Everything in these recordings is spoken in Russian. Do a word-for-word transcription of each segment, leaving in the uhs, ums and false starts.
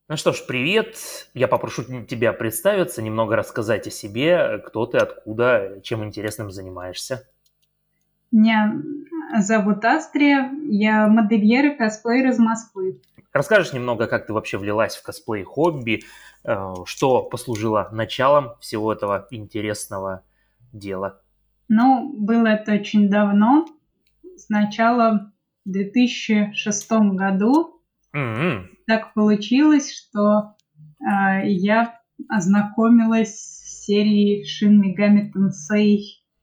Ну что ж, привет. Я попрошу тебя представиться, немного рассказать о себе, кто ты, откуда, чем интересным занимаешься. Меня зовут Астрия, я модельер и косплеер из Москвы. Расскажешь немного, как ты вообще влилась в косплей-хобби, э, что послужило началом всего этого интересного дела? Ну, было это очень давно, сначала в две тысячи шестом году. М-м. Так получилось, что э, я ознакомилась с серией Shin Megami Tensei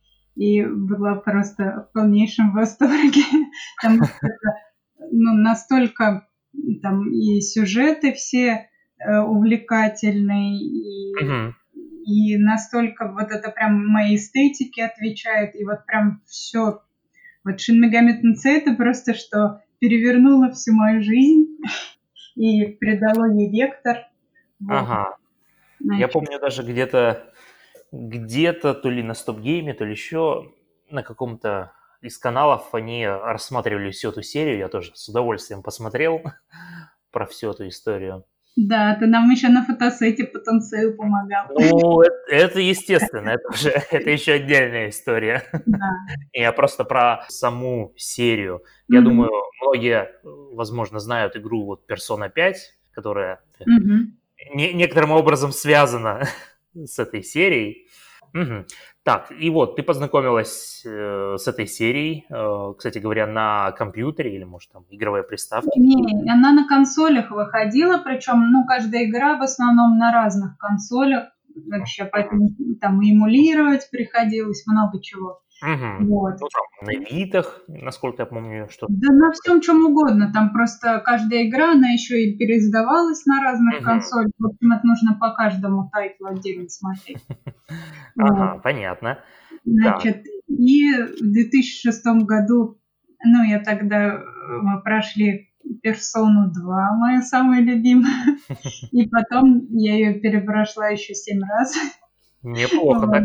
и была просто в полнейшем восторге. Потому что это ну, настолько там и сюжеты все э, увлекательные, и, Мгм. и настолько вот это прям моей эстетике отвечает, и вот прям все. Вот Shin Megami Tensei это просто что перевернуло всю мою жизнь и придало ей вектор. Вот, Ага. Я значит. помню даже где-то, где-то то ли на Стоп-гейме, то ли еще на каком-то из каналов они рассматривали всю эту серию. Я тоже с удовольствием посмотрел про всю эту историю. Да, ты нам еще на фотосете по Тенсею помогал. Ну, это, это естественно, это уже это еще отдельная история. Да. Я просто про саму серию. Я Мгм. думаю, многие, э, возможно, знают игру вот Persona пять, которая Мгм. не- некоторым образом связана с этой серией. Мгм. Так, и вот ты познакомилась э, с этой серией, э, кстати говоря, на компьютере или, может, там, игровой приставке какие-то? Не, она на консолях выходила, причем, ну, каждая игра в основном на разных консолях вообще, поэтому там и эмулировать приходилось много чего. Мгм. Вот. Ну, там, на Витах, насколько я помню, что-то Да на такое. всем чем угодно. Там просто каждая игра, она еще и переиздавалась на разных Мгм. консолях. В общем, это нужно по каждому тайтлу отдельно смотреть. Вот. Ага, понятно. Так. Значит, и в две тысячи шестом году, ну, я тогда, э, мы прошли «Персону два», моя самая любимая, и потом я ее перепрошла еще семь раз. Неплохо Вот. так.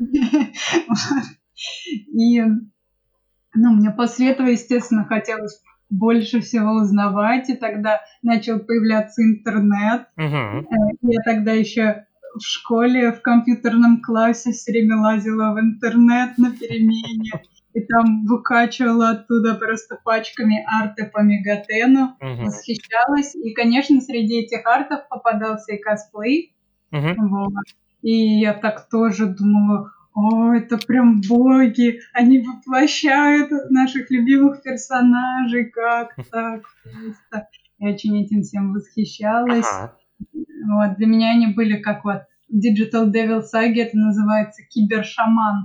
И, ну, мне после этого, естественно, хотелось больше всего узнавать, и тогда начал появляться интернет. Мгм. Э, я тогда еще в школе в компьютерном классе все время лазила в интернет на перемене и там выкачивала оттуда просто пачками арты по Мегатену, Мгм. восхищалась. И, конечно, среди этих артов попадался и косплей. Мгм. Вот. И я так тоже думала, о, это прям боги, они воплощают наших любимых персонажей, как так просто. Я очень этим всем восхищалась. Ага. Вот, для меня они были как вот в Digital Devil Saga это называется кибершаман.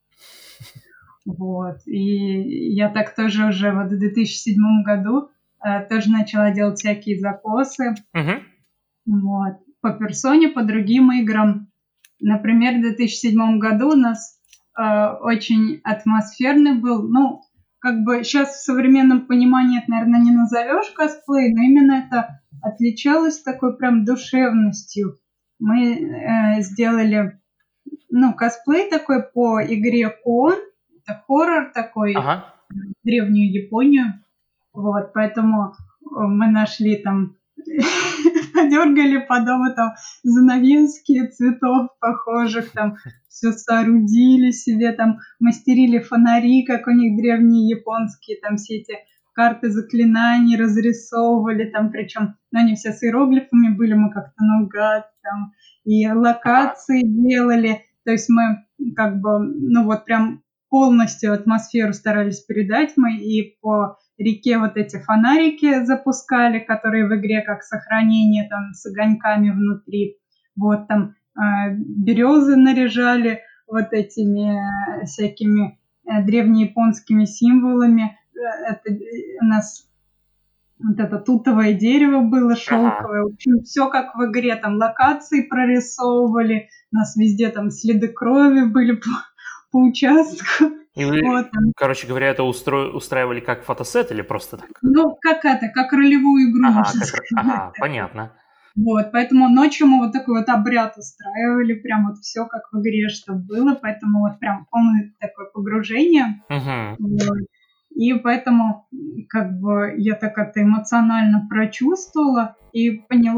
Вот. И я так тоже уже вот в две тысячи седьмом году э, тоже начала делать всякие запросы. Мгм. Вот. По персоне, по другим играм. Например, в две тысячи седьмом году у нас э, очень атмосферный был, ну, как бы сейчас в современном понимании это, наверное, не назовешь косплей, но именно это отличалось такой прям душевностью. Мы э, сделали, ну, косплей такой по игре Кон, это хоррор такой, Ага. древнюю Японию. Вот, поэтому мы нашли там, подергали по дому там занавески цветов похожих, там все соорудили себе, там мастерили фонари, как у них древние японские, там все эти карты заклинаний разрисовывали, там причем, ну, они все с иероглифами были, мы как-то наугад там, и Ага. локации делали, то есть мы как бы, ну вот прям полностью атмосферу старались передать мы и по реке вот эти фонарики запускали, которые в игре как сохранение там с огоньками внутри. Вот там э, березы наряжали вот этими э, всякими э, древнеяпонскими символами. Э, Это у нас вот это тутовое дерево было Ага. шелковое. В общем, все как в игре. Там локации прорисовывали. У нас везде там следы крови были по, по участку. И вы, Вот, там. короче говоря, это устро... устраивали как фотосет или просто так? Ну, как это, как ролевую игру, Ага, можно как... р- сказать. Ага, понятно. Вот, поэтому ночью мы вот такой вот обряд устраивали, прям вот все как в игре, чтобы было, поэтому вот прям полное такое погружение. Мгм. Вот. И поэтому как бы я так это эмоционально прочувствовала и поняла,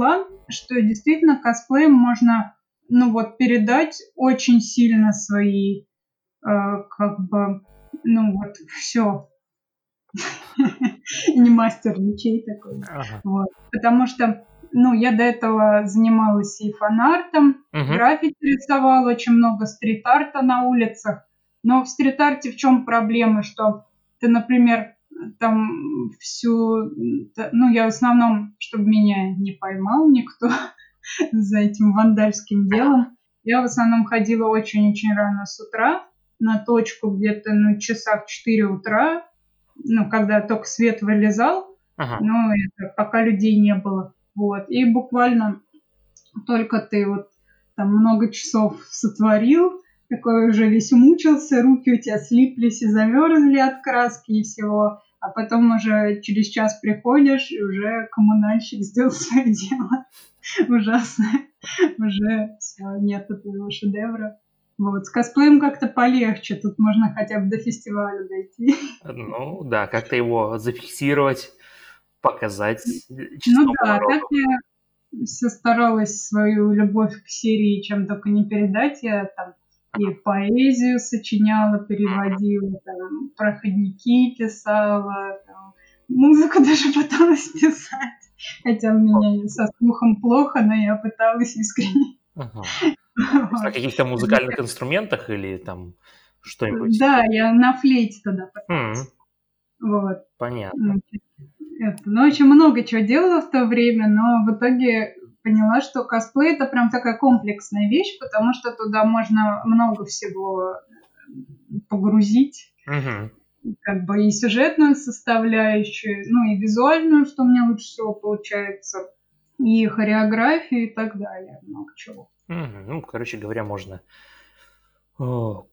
что действительно косплеем можно, ну вот, передать очень сильно свои, э, как бы, ну вот, все. Не мастер мечей такой. Ага. Вот. Потому что, ну, я до этого занималась и фан-артом, Мгм. граффити рисовала, очень много стрит-арта на улицах. Но в стрит-арте в чем проблема, что ты, например, там всю... Ну, я в основном, чтобы меня не поймал никто за этим вандальским делом, я в основном ходила очень-очень рано с утра на точку где-то на часах четыре утра, ну, когда только свет вылезал, Ага. но это пока людей не было. Вот. И буквально только ты вот там много часов сотворил, такой уже весь мучился, руки у тебя слиплись и замерзли от краски и всего, а потом уже через час приходишь, и уже коммунальщик сделал свое дело. Ужасно. Уже все, нет этого шедевра. Вот, с косплеем как-то полегче, тут можно хотя бы до фестиваля дойти. Ну да, как-то его зафиксировать, показать э, Ну честному да, так народу. я все старалась свою любовь к серии чем только не передать. Я там и поэзию сочиняла, переводила, там, проходники писала, там, музыку даже пыталась писать. Хотя у меня со слухом плохо, но я пыталась искренне. Ага. То есть на Вот. каких-то музыкальных инструментах или там что-нибудь? Да, я на флейте тогда М, пыталась. Вот. понятно. Значит, это, ну, очень много чего делала в то время, но в итоге поняла, что косплей это прям такая комплексная вещь, потому что туда можно много всего погрузить, Мгм. как бы и сюжетную составляющую, ну и визуальную, что у меня лучше всего получается, и хореографию и так далее, много чего. Мгм. Ну, короче говоря, можно э,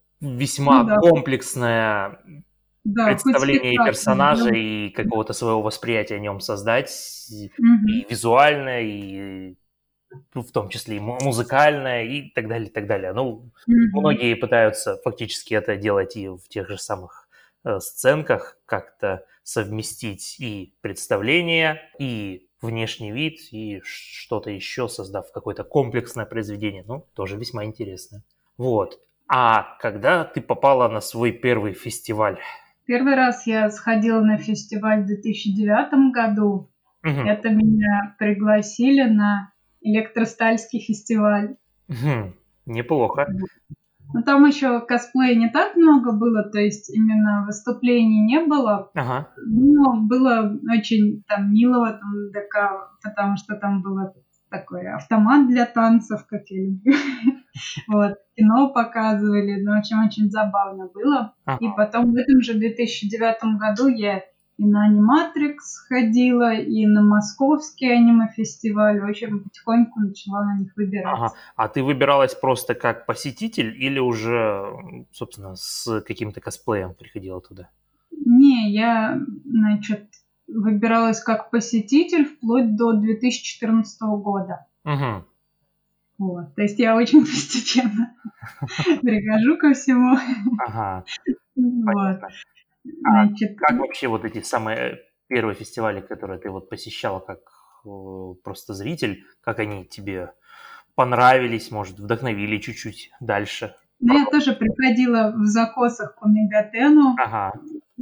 Ну весьма да, комплексное да, хоть представление и спектакль персонажа, сделать. и какого-то своего восприятия о нем создать, и, Мгм. и визуальное, и ну, в том числе и му- музыкальное, и так далее, и так далее. Ну, Мгм. многие пытаются фактически это делать и в тех же самых э, сценках, как-то совместить и представление, и внешний вид, и что-то еще, создав какое-то комплексное произведение. Ну, тоже весьма интересно. Вот. А когда ты попала на свой первый фестиваль? Первый раз я сходила на фестиваль в две тысячи девятом году. Мгм. Это меня пригласили на Электростальский фестиваль. Мгм. Неплохо. Но там еще косплея не так много было, то есть именно выступлений не было. Ага. Но было очень там мило в этом ДК, потому что там был этот такой автомат для танцев, как я люблю. Вот, кино показывали, ну, в общем, очень забавно было. И Ага. потом в этом же две тысячи девятом году я и на Аниматрикс ходила, и на Московский аниме-фестиваль. В общем, потихоньку начала на них Ага. выбираться. А ты выбиралась просто как посетитель или уже, м, собственно, с каким-то косплеем приходила туда? Не, я, значит, выбиралась как посетитель вплоть до две тысячи четырнадцатого года. Мгм. Вот. То есть я очень постепенно прихожу ко всему. Ага, Вот. понятно. А Значит, как вообще вот эти самые первые фестивали, которые ты вот посещала как э, просто зритель, как они тебе понравились, может, вдохновили чуть-чуть дальше? ну, я тоже приходила в закосах по Мегатену Ага,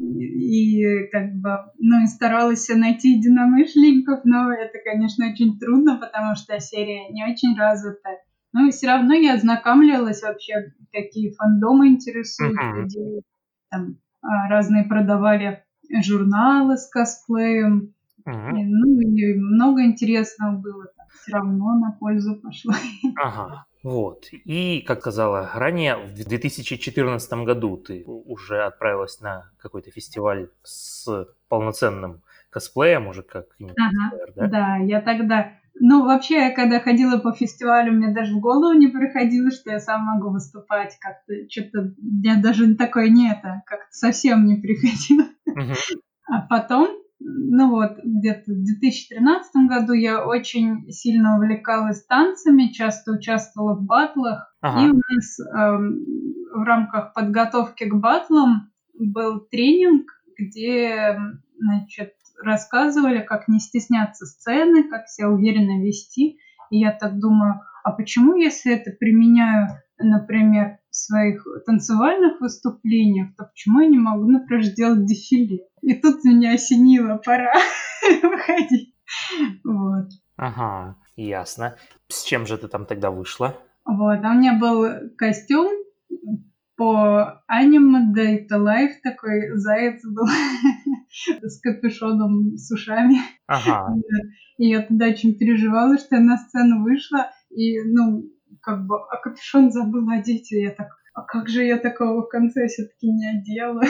и, и как бы, ну, и старалась найти единомышленников, но это, конечно, очень трудно, потому что серия не очень развитая. Но все равно я ознакомливалась вообще, какие фандомы интересуют мгм, людей. Там а, разные продавали журналы с косплеем. мгм. И, ну, и много интересного было. Все равно на пользу пошло. Ага, вот. И, как сказала ранее, в две тысячи четырнадцатом году ты у- уже отправилась на какой-то фестиваль с полноценным косплеем, уже как именно Ага, косплеер, да? да, я тогда... Ну, вообще, я когда ходила по фестивалю, мне даже в голову не приходило, что я сам могу выступать как-то. Что-то мне даже такое не это, как-то совсем не приходило. Мгм. А потом, ну вот, где-то в две тысячи тринадцатом году я очень сильно увлекалась танцами, часто участвовала в батлах. И Ага, у нас эм, в рамках подготовки к батлам был тренинг, где, значит, рассказывали, как не стесняться сцены, как себя уверенно вести. И я так думаю, а почему, если это применяю, например, в своих танцевальных выступлениях, то почему я не могу, например, сделать дефиле? И тут меня осенило, пора выходить. Вот. Ага, ясно. С чем же ты там тогда вышла? Вот, а у меня был костюм по Animal Data Life, такой заяц был с капюшоном, с ушами. Ага. И я тогда очень переживала, что я на сцену вышла, и, ну, как бы, а капюшон забыла одеть, и я так, а как же я такого в конце все-таки не одела?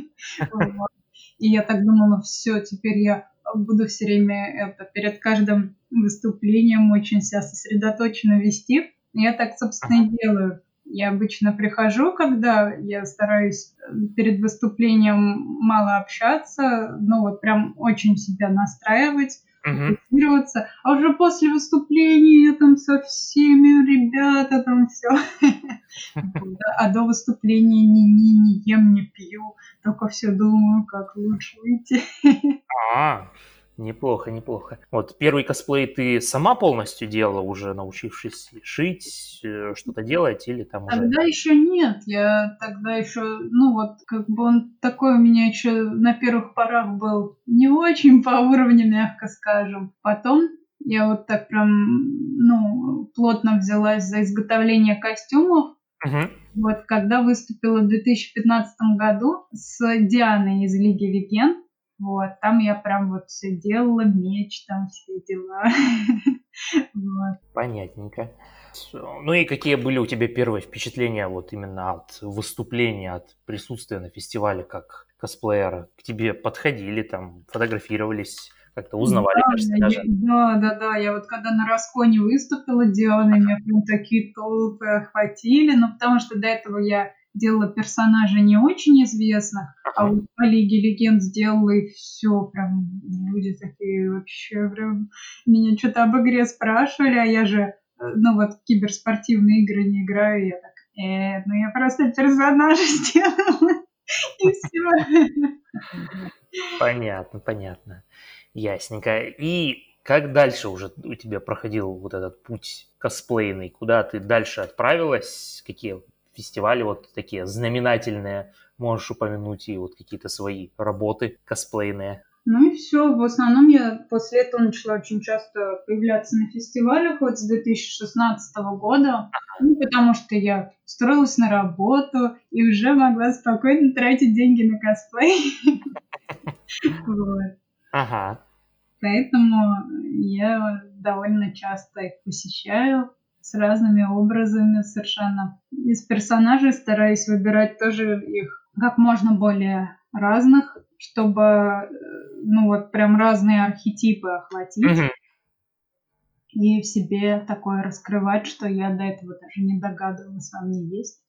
И я так думала, все, теперь я буду все время это перед каждым выступлением очень себя сосредоточенно вести. Я так, собственно, и делаю. Я обычно прихожу, когда я стараюсь перед выступлением мало общаться, ну вот прям очень себя настраивать, фокусироваться. А уже после выступления я там со всеми, ребята, там все. А до выступления ни, ни, не ем, не пью, только все думаю, как лучше выйти. А, неплохо, неплохо. Вот первый косплей ты сама полностью делала, уже научившись шить, э, что-то делать, или там уже... Тогда еще нет, я тогда еще, ну вот, как бы он такой у меня еще на первых порах был не очень по уровню, мягко скажем. Потом я вот так прям, ну, плотно взялась за изготовление костюмов. Угу. Вот когда выступила в две тысячи пятнадцатом году с Дианой из Лиги Легенд, вот, там я прям вот все делала, меч, там все дела. Вот. Понятненько. Ну и какие были у тебя первые впечатления вот именно от выступления, от присутствия на фестивале как косплеера? К тебе подходили, там, фотографировались, как-то узнавали Да, персонажа? да, да, да. Я вот когда на Расконе выступила Дианой, меня прям такие толпы охватили, ну потому что до этого я делала персонажей не очень известных, а Ага. вот по Лиге Легенд сделала, и все, прям люди такие вообще прям меня что-то об игре спрашивали, а я же, ну вот в киберспортивные игры не играю, и я так, э, ну я просто персонажа сделала, и все. Понятно, понятно. Ясненько. И как дальше уже у тебя проходил вот этот путь косплейный? Куда ты дальше отправилась? Какие фестивали вот такие знаменательные можешь упомянуть и вот какие-то свои работы косплейные? Ну и все. В основном я после этого начала очень часто появляться на фестивалях вот с две тысячи шестнадцатого года, ну, потому что я устроилась на работу и уже могла спокойно тратить деньги на косплей. Вот. Ага. Поэтому я довольно часто их посещаю с разными образами совершенно. Из персонажей стараюсь выбирать тоже их как можно более разных, чтобы, э, ну вот прям разные архетипы охватить Мгм. и в себе такое раскрывать, что я до этого даже не догадывалась, во мне есть.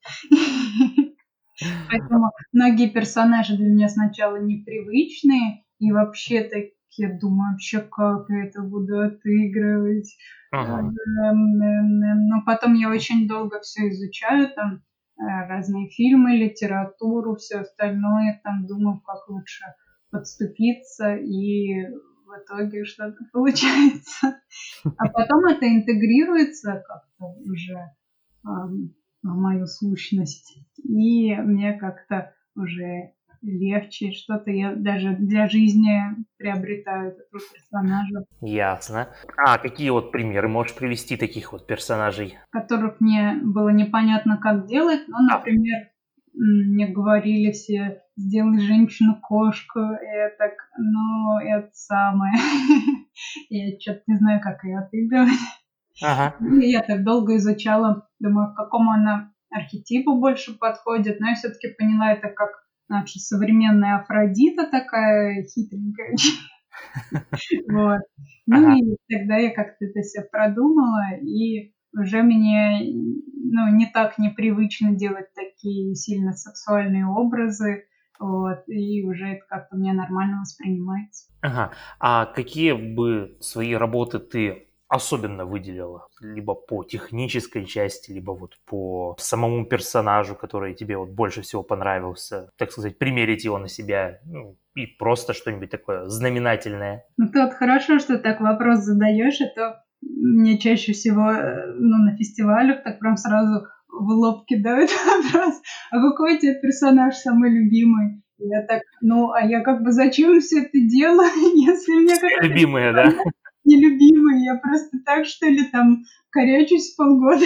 Поэтому многие персонажи для меня сначала непривычные, и вообще так я думаю, вообще как я это буду отыгрывать. Ага. Эм, эм, эм, Но потом я очень долго все изучаю, там э, разные фильмы, литературу, все остальное, там думаю, как лучше подступиться, и в итоге что-то получается. А потом это интегрируется как-то уже ам, в мою сущность. И мне как-то уже легче, что-то я даже для жизни приобретаю этого персонажа, Ясно. А какие вот примеры можешь привести таких вот персонажей? которых мне было непонятно, как делать. Ну, А, например, м, мне говорили все, сделай женщину-кошку, и я так, ну, это самое. Я что-то не знаю, как ее отыгрывать. ага. Ну, я так долго изучала, думаю, к какому она архетипу больше подходит, но я все-таки поняла это как наша современная Афродита такая хитренькая. Вот. Ну Ага. и тогда я как-то это все продумала, и уже мне, ну, не так непривычно делать такие сильно сексуальные образы, вот, и уже это как-то у меня нормально воспринимается. Ага. А какие бы свои работы ты особенно выделила? Либо по технической части, либо вот по самому персонажу, который тебе вот больше всего понравился, так сказать, примерить его на себя, ну, и просто что-нибудь такое знаменательное. Ну, ты вот хорошо, что так вопрос задаешь, а то мне чаще всего э, ну, на фестивалях так прям сразу в лоб кидают вопрос, а какой у тебя персонаж самый любимый? И я так, ну, а я как бы зачем все это делаю, если у меня Все какой-то любимые, да? персонаж нелюбимый, я просто так, что ли, там корячусь полгода.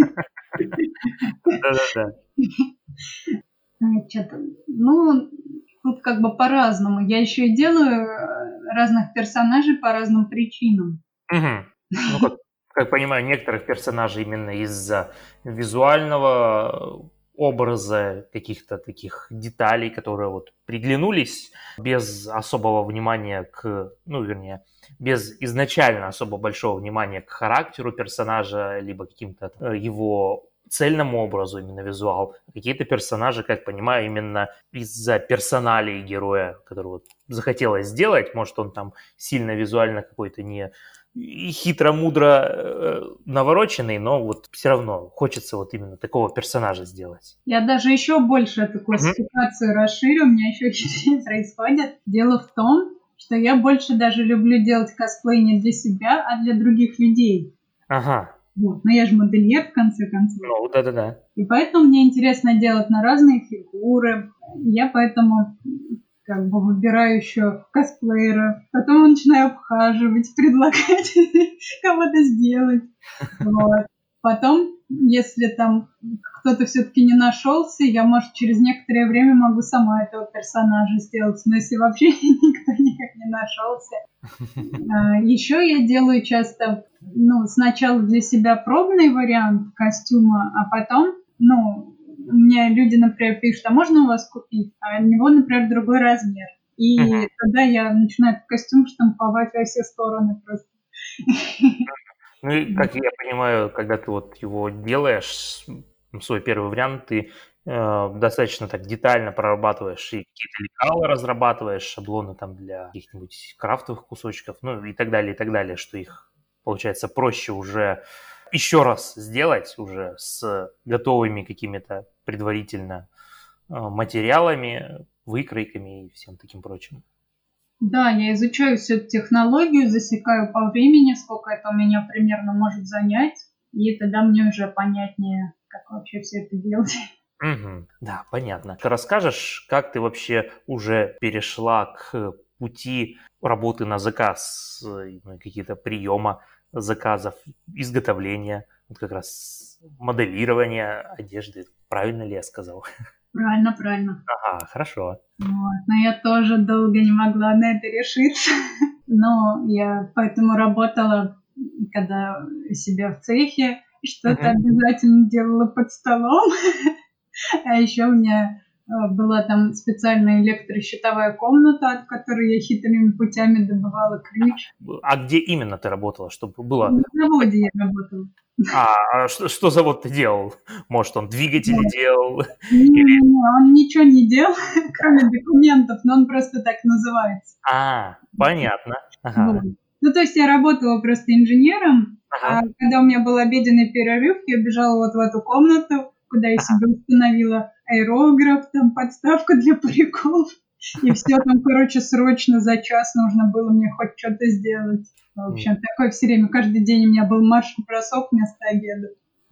Да-да-да. Что-то, ну, тут как бы по-разному. Я еще и делаю э, разных персонажей по разным причинам. Мгм. Ну, как, как понимаю, некоторых персонажей именно из-за визуального образа, каких-то таких деталей, которые вот приглянулись без особого внимания к, ну, вернее, без изначально особо большого внимания к характеру персонажа, либо каким-то э, его цельному образу, именно визуал. Какие-то персонажи, как понимаю, именно из-за персоналии героя, которого захотелось сделать, может, он там сильно визуально какой-то не и хитро-мудро э, навороченный, но вот все равно хочется вот именно такого персонажа сделать. Я даже еще больше эту классификацию расширю, у меня еще хитрее происходит. Дело в том, что я больше даже люблю делать косплей не для себя, а для других людей. Ага. Вот. Но я же модельер, в конце концов. Ну, да-да-да. И поэтому мне интересно делать на разные фигуры. Я поэтому как бы выбираю еще косплеера. Потом начинаю обхаживать, предлагать кого-то сделать. Вот. Потом, если там кто-то все-таки не нашелся, я, может, через некоторое время могу сама этого персонажа сделать. Но если вообще никто никак не нашелся. Еще я делаю часто, ну, сначала для себя пробный вариант костюма, а потом, ну, мне люди, например, пишут, а можно у вас купить? А у него, например, другой размер. И uh-huh. тогда я начинаю этот костюм штамповать во все стороны просто. Ну и, как я понимаю, когда ты вот его делаешь, свой первый вариант, ты э, достаточно так детально прорабатываешь и какие-то лекала разрабатываешь, шаблоны там для каких-нибудь крафтовых кусочков, ну и так далее, и так далее, что их, получается, проще уже еще раз сделать уже с готовыми какими-то предварительно э, материалами, выкройками и всем таким прочим. Да, я изучаю всю эту технологию, засекаю по времени, сколько это у меня примерно может занять, и тогда мне уже понятнее, как вообще все это делать. Угу. Да, понятно. Ты расскажешь, как ты вообще уже перешла к пути работы на заказ, какие-то приема заказов, изготовления, вот как раз моделирования одежды. Правильно ли я сказал? Правильно, правильно. Ага, хорошо. Вот. Но я тоже долго не могла на это решиться. Но я поэтому работала, когда себя в цехе, что-то угу. обязательно делала под столом. А еще у меня была там специальная электрощитовая комната, от которой я хитрыми путями добывала ключ. А где именно ты работала, чтобы было? На заводе я работала. А, а что, что завод ты делал? Может, он двигатели да. делал? Не, Или... не, он ничего не делал, кроме документов, но он просто так называется. А, понятно. Ага. Вот. Ну, то есть я работала просто инженером, ага. а когда у меня был обеденный перерыв, я бежала вот в эту комнату, куда я ага. себе установила аэрограф, там подставку для париков, и все там, короче, срочно за час нужно было мне хоть что-то сделать. В общем, mm. такое все время, каждый день у меня был марш-бросок вместо обеда.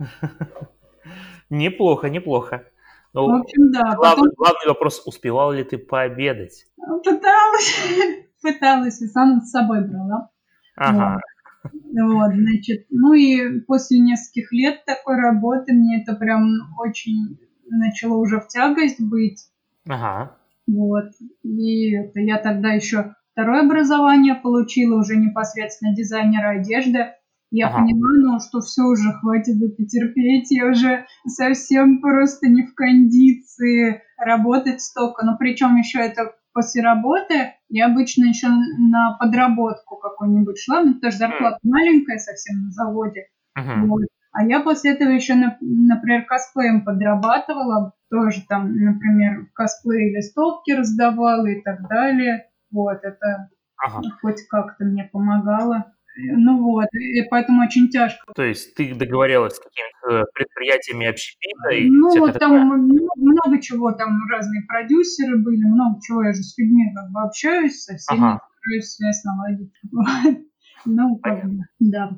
Неплохо, неплохо. Ну, в общем, да. Главный, потом... главный вопрос, успевала ли ты пообедать? Пыталась, пыталась, и сам с собой брала. Ага. Вот. вот, значит, ну и после нескольких лет такой работы мне это прям очень начало уже в тягость быть. Ага. Вот, и это я тогда еще второе образование получила, уже непосредственно дизайнера одежды. Я ага. поняла, ну, что все уже, хватит это терпеть, я уже совсем просто не в кондиции работать столько. Но причем еще это после работы, я обычно еще на подработку какую-нибудь шла, ну, потому что зарплата mm. маленькая совсем на заводе. Uh-huh. Вот. А я после этого еще, например, косплеем подрабатывала, тоже там, например, косплей листовки раздавала и так далее. Вот, это ага. хоть как-то мне помогало. Ну вот, и поэтому очень тяжко. То есть ты договорилась с какими-то предприятиями общепита? И ну, там много, много чего, там разные продюсеры были, много чего, я же с людьми как бы общаюсь, со всеми ага. стараюсь связь наладить. Ну, как бы, да.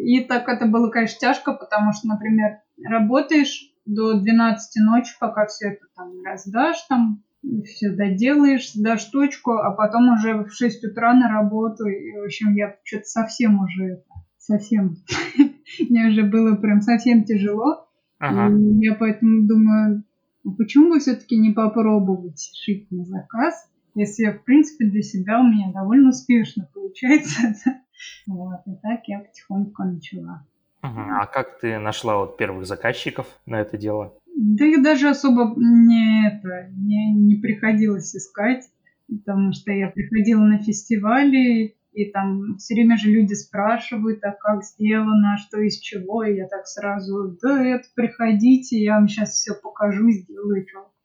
И так это было, конечно, тяжко, потому что, например, работаешь до двенадцати ночи, пока все это там раздашь, там все доделаешь, дашь точку, а потом уже в шесть утра на работу. И, в общем, я что-то совсем уже, совсем, мне уже было прям совсем тяжело. Ага. И я поэтому думаю, почему бы все-таки не попробовать шить на заказ, если, в принципе, для себя у меня довольно успешно получается. Вот, и так я потихоньку начала. Угу. А как ты нашла вот первых заказчиков на это дело? Да их даже особо не, это, не, не приходилось искать, потому что я приходила на фестивали, и там все время же люди спрашивают, а как сделано, что из чего, и я так сразу, да, это приходите, я вам сейчас все покажу, сделаю.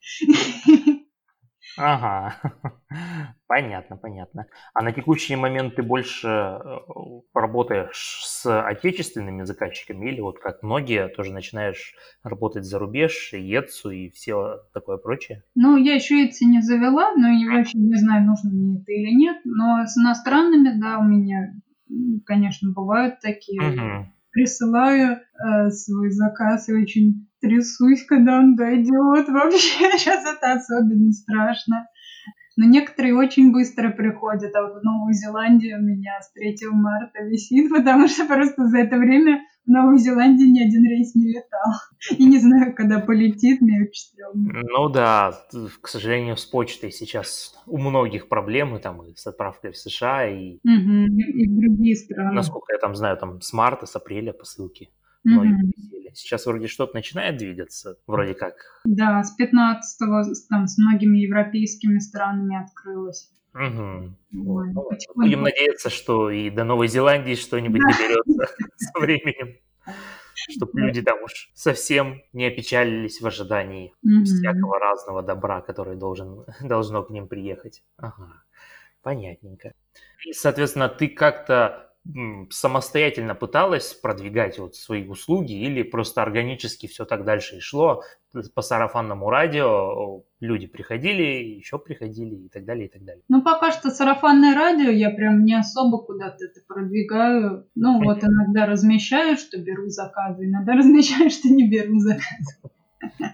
Ага, понятно, понятно. А на текущий момент ты больше э, работаешь с отечественными заказчиками или вот как многие тоже начинаешь работать за рубеж, и Etsy и все такое прочее? Ну, я еще Etsy не завела, но я вообще не знаю, нужно мне это или нет, но с иностранными, да, у меня, конечно, бывают такие. Угу. Присылаю э, свой заказ и очень трясусь, когда он дойдет. Вообще, сейчас это особенно страшно. Но некоторые очень быстро приходят, а вот в Новую Зеландию у меня с третьего марта висит, потому что просто за это время в Новой Зеландии ни один рейс не летал. И не знаю, когда полетит, мне очень стрёмно. Ну да, к сожалению, с почтой сейчас у многих проблемы там и с отправкой в США, и, угу. И в другие страны. насколько я там знаю, там с марта, с апреля посылки. Угу. Сейчас вроде что-то начинает двигаться, вроде как. Да, с пятнадцатого там с многими европейскими странами открылось. Угу. Вот. Ну, будем надеяться, что и до Новой Зеландии что-нибудь да. доберется со временем, чтобы люди там уж совсем не опечалились в ожидании угу. всякого разного добра, которое должен, должно к ним приехать. Ага, понятненько. И, соответственно, ты как-то самостоятельно пыталась продвигать вот свои услуги или просто органически все так дальше и шло? По сарафанному радио люди приходили, еще приходили и так далее, и так далее. Ну, пока что сарафанное радио я прям не особо куда-то это продвигаю. Ну, вот иногда размещаю, что беру заказы, иногда размещаю, что не беру заказы.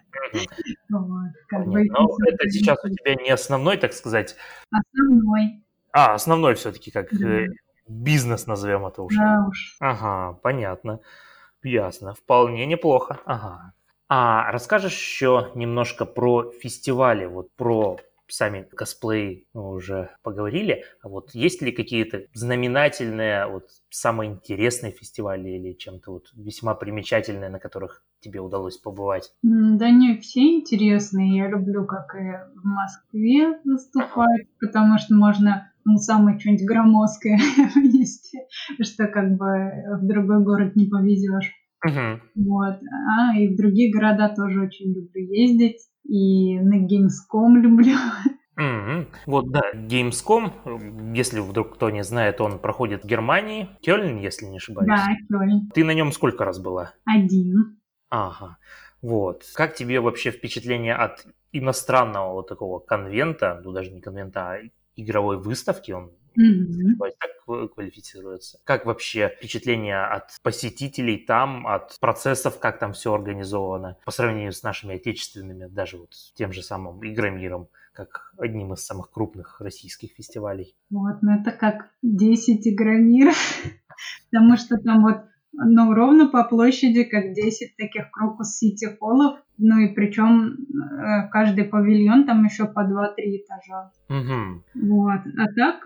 Но это сейчас у тебя не основной, так сказать? Основной. А, основной все-таки, как бизнес, назовем это уже. Да уж. Ага, понятно. Ясно. Вполне неплохо. Ага. А расскажешь еще немножко про фестивали, вот про сами косплеи мы уже поговорили. А вот есть ли какие-то знаменательные, вот самые интересные фестивали или чем-то вот весьма примечательные, на которых тебе удалось побывать? Да не, все интересные. Я люблю, как и в Москве выступать, потому что можно ну, самое что-нибудь громоздкое вынести, что как бы в другой город не повезешь. Uh-huh. Вот. А и в другие города тоже очень люблю ездить. И на Gamescom люблю. Mm-hmm. Вот, да, Gamescom, если вдруг кто не знает, он проходит в Германии, Кёльн, если не ошибаюсь. Да, Кёльн. Ты на нем сколько раз была? Один. Ага, вот. Как тебе вообще впечатление от иностранного вот такого конвента, ну даже не конвента, а игровой выставки, он mm-hmm. так квалифицируется? Как вообще впечатление от посетителей там, от процессов, как там все организовано, по сравнению с нашими отечественными, даже вот тем же самым Игромиром, как одним из самых крупных российских фестивалей? Вот, ну это как десять Игромиров, потому что там вот ну, ровно по площади, как десять таких крокус-сити-холлов. Ну и причем э, каждый павильон там еще по два-три этажа. Угу. Вот. А так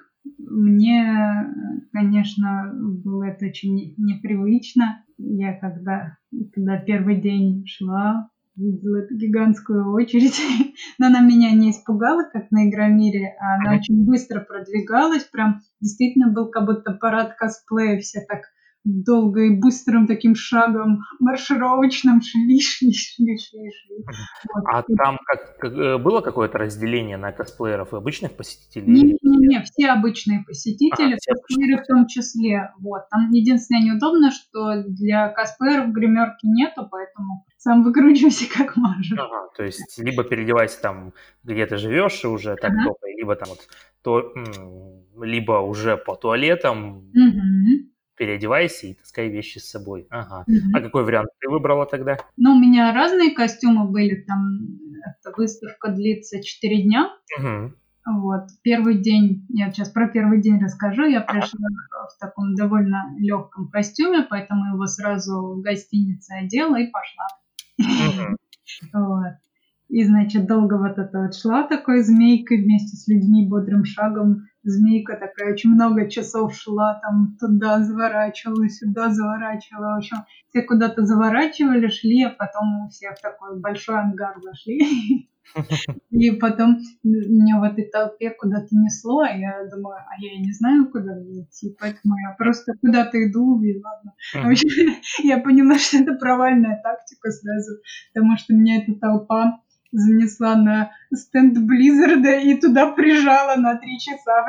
мне, конечно, было это очень непривычно. Я когда, когда первый день шла, видела эту гигантскую очередь, но она меня не испугала, как на Игромире, а она очень быстро продвигалась. Прям действительно был как будто парад косплея, все так долго и быстрым таким шагом маршировочным шли, шли, шли, шли, шли. Вот. А и... там как, как, было какое-то разделение на косплееров и обычных посетителей? Не-не-не, все обычные посетители, ага, все косплееры в том числе. Вот. Там единственное неудобно, что для косплееров гримерки нету, поэтому сам выкручивайся как можешь. Ага, то есть либо переодевайся там, где ты живешь, и уже так ага. топай, либо там вот, то, либо уже по туалетам. Угу. переодевайся и таскай вещи с собой. Ага. Мгм. А какой вариант ты выбрала тогда? Ну, у меня разные костюмы были, там эта выставка длится четыре дня. Угу. Вот. Первый день, я сейчас про первый день расскажу, я Ага. пришла в таком довольно легком костюме, поэтому его сразу в гостинице одела и пошла. Угу. Вот. И, значит, долго вот это вот шла такой змейкой вместе с людьми бодрым шагом. Змейка такая очень много часов шла, там туда заворачивала, сюда заворачивала. В общем, все куда-то заворачивали, шли, а потом все в такой большой ангар зашли. И потом меня в этой толпе куда-то несло, а я думаю, а я и не знаю, куда мне идти, поэтому я просто куда-то иду, и ладно. В общем, я поняла, что это провальная тактика сразу, потому что меня эта толпа занесла на стенд Близзарда и туда прижала на три часа.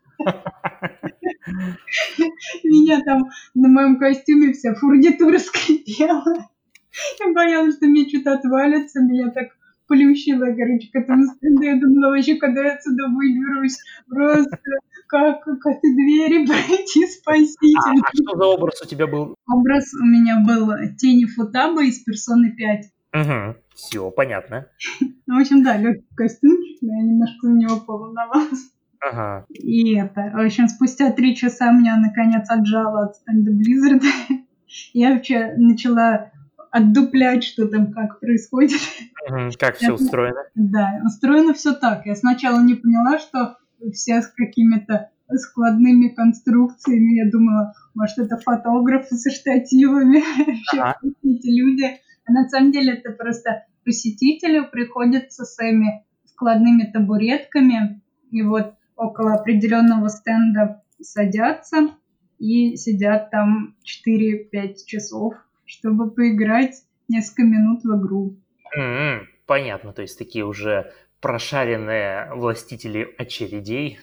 Меня там на моем костюме вся фурнитура скрипела. Я боялась, что мне что-то отвалится, меня так плющило, короче, к этому стенду. Я думала, вообще, когда я отсюда выберусь, просто как, как от двери пройти, спаситель. А, а что за образ у тебя был? Образ у меня был тени Футаба из «Персоны пять». Угу. Все, понятно. Ну, в общем, да, легкий костюмчик, но я немножко за него поволновалась. Ага. И это, в общем, спустя три часа меня, наконец, отжало от стенда Близзарда. Я вообще начала отдуплять, что там, как происходит. Угу. Как все устроено? Да, устроено все так. Я сначала не поняла, что все с какими-то складными конструкциями. Я думала, может, это фотографы со штативами. Вообще, Ага. эти люди. А на самом деле это просто посетители приходят со своими складными табуретками. И вот около определенного стенда садятся и сидят там четыре-пять часов, чтобы поиграть несколько минут в игру. М, Понятно, то есть такие уже прошаренные властители очередей.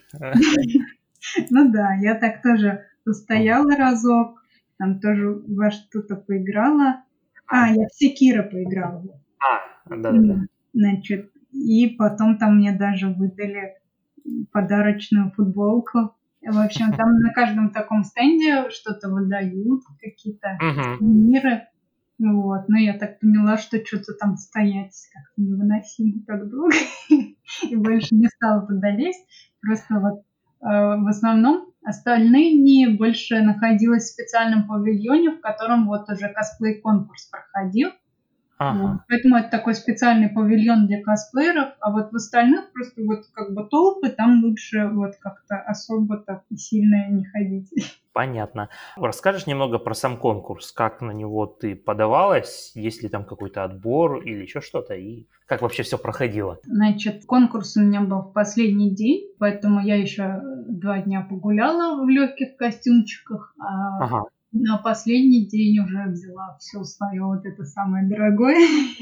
Ну да, я так тоже постояла разок, там тоже во что-то поиграла. А, я в Секиро поиграла. А, да-да-да. Значит, и потом там мне даже выдали подарочную футболку. В общем, там на каждом таком стенде что-то выдают, какие-то Мгм. сувениры. Вот. Но я так поняла, что что-то там стоять как-то невыносимо так долго. И больше не стала туда лезть. Просто вот э, в основном остальные дни больше находилась в специальном павильоне, в котором вот уже косплей-конкурс проходил. Вот. Ага. Поэтому это такой специальный павильон для косплееров, а вот в остальных просто вот как бы толпы, там лучше вот как-то особо так сильно не ходить. Понятно. Расскажешь немного про сам конкурс, как на него ты подавалась, есть ли там какой-то отбор или еще что-то, и как вообще все проходило? Значит, конкурс у меня был в последний день, поэтому я еще два дня погуляла в легких костюмчиках, а Ага. на последний день уже взяла все свое вот это самое дорогое.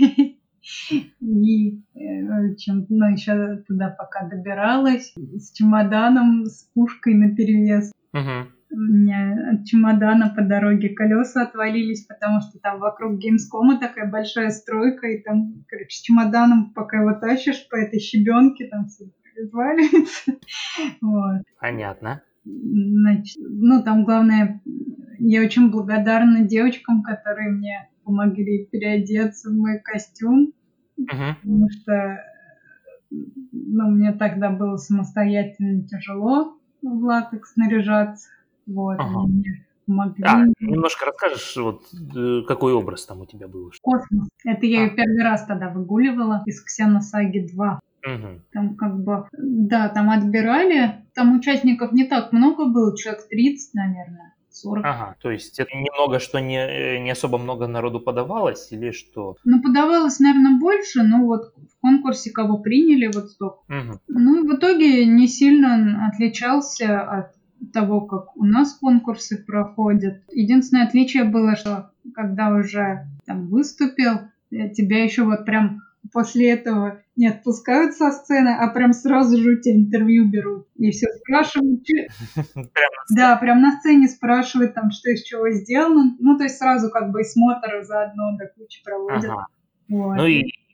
И э, чем, ну, еще туда пока добиралась с чемоданом, с пушкой наперевес. Угу. У меня от чемодана по дороге колеса отвалились, потому что там вокруг Gamescom такая большая стройка, и там, короче, с чемоданом, пока его тащишь по этой щебенке, там все разваливается. Вот. Понятно. Значит, ну, там главное, я очень благодарна девочкам, которые мне помогли переодеться в мой костюм, Угу. потому что, ну, мне тогда было самостоятельно тяжело в латекс наряжаться. Вот, Ага. они мне помогли. А, немножко расскажешь, вот э, какой образ там у тебя был? Космос. Это я ее А. первый раз тогда выгуливала из Ксеносаги два. Угу. Там как бы, да, там отбирали. Там участников не так много было, человек тридцать, наверное, сорок. Ага, то есть это немного, что не, э, не особо много народу подавалось, или что? Ну, подавалось, наверное, больше, но вот в конкурсе кого приняли, вот столько. Угу. Ну, в итоге не сильно отличался от того, как у нас конкурсы проходят. Единственное отличие было, что когда уже там выступил, тебя еще вот прям после этого не отпускают со сцены, а прям сразу же у тебя интервью берут. И все спрашивают. Да, прям на сцене спрашивают, там, что из чего сделано. Ну, то есть сразу как бы и смотр заодно до кучи проводят. Ага. Вот. Ну и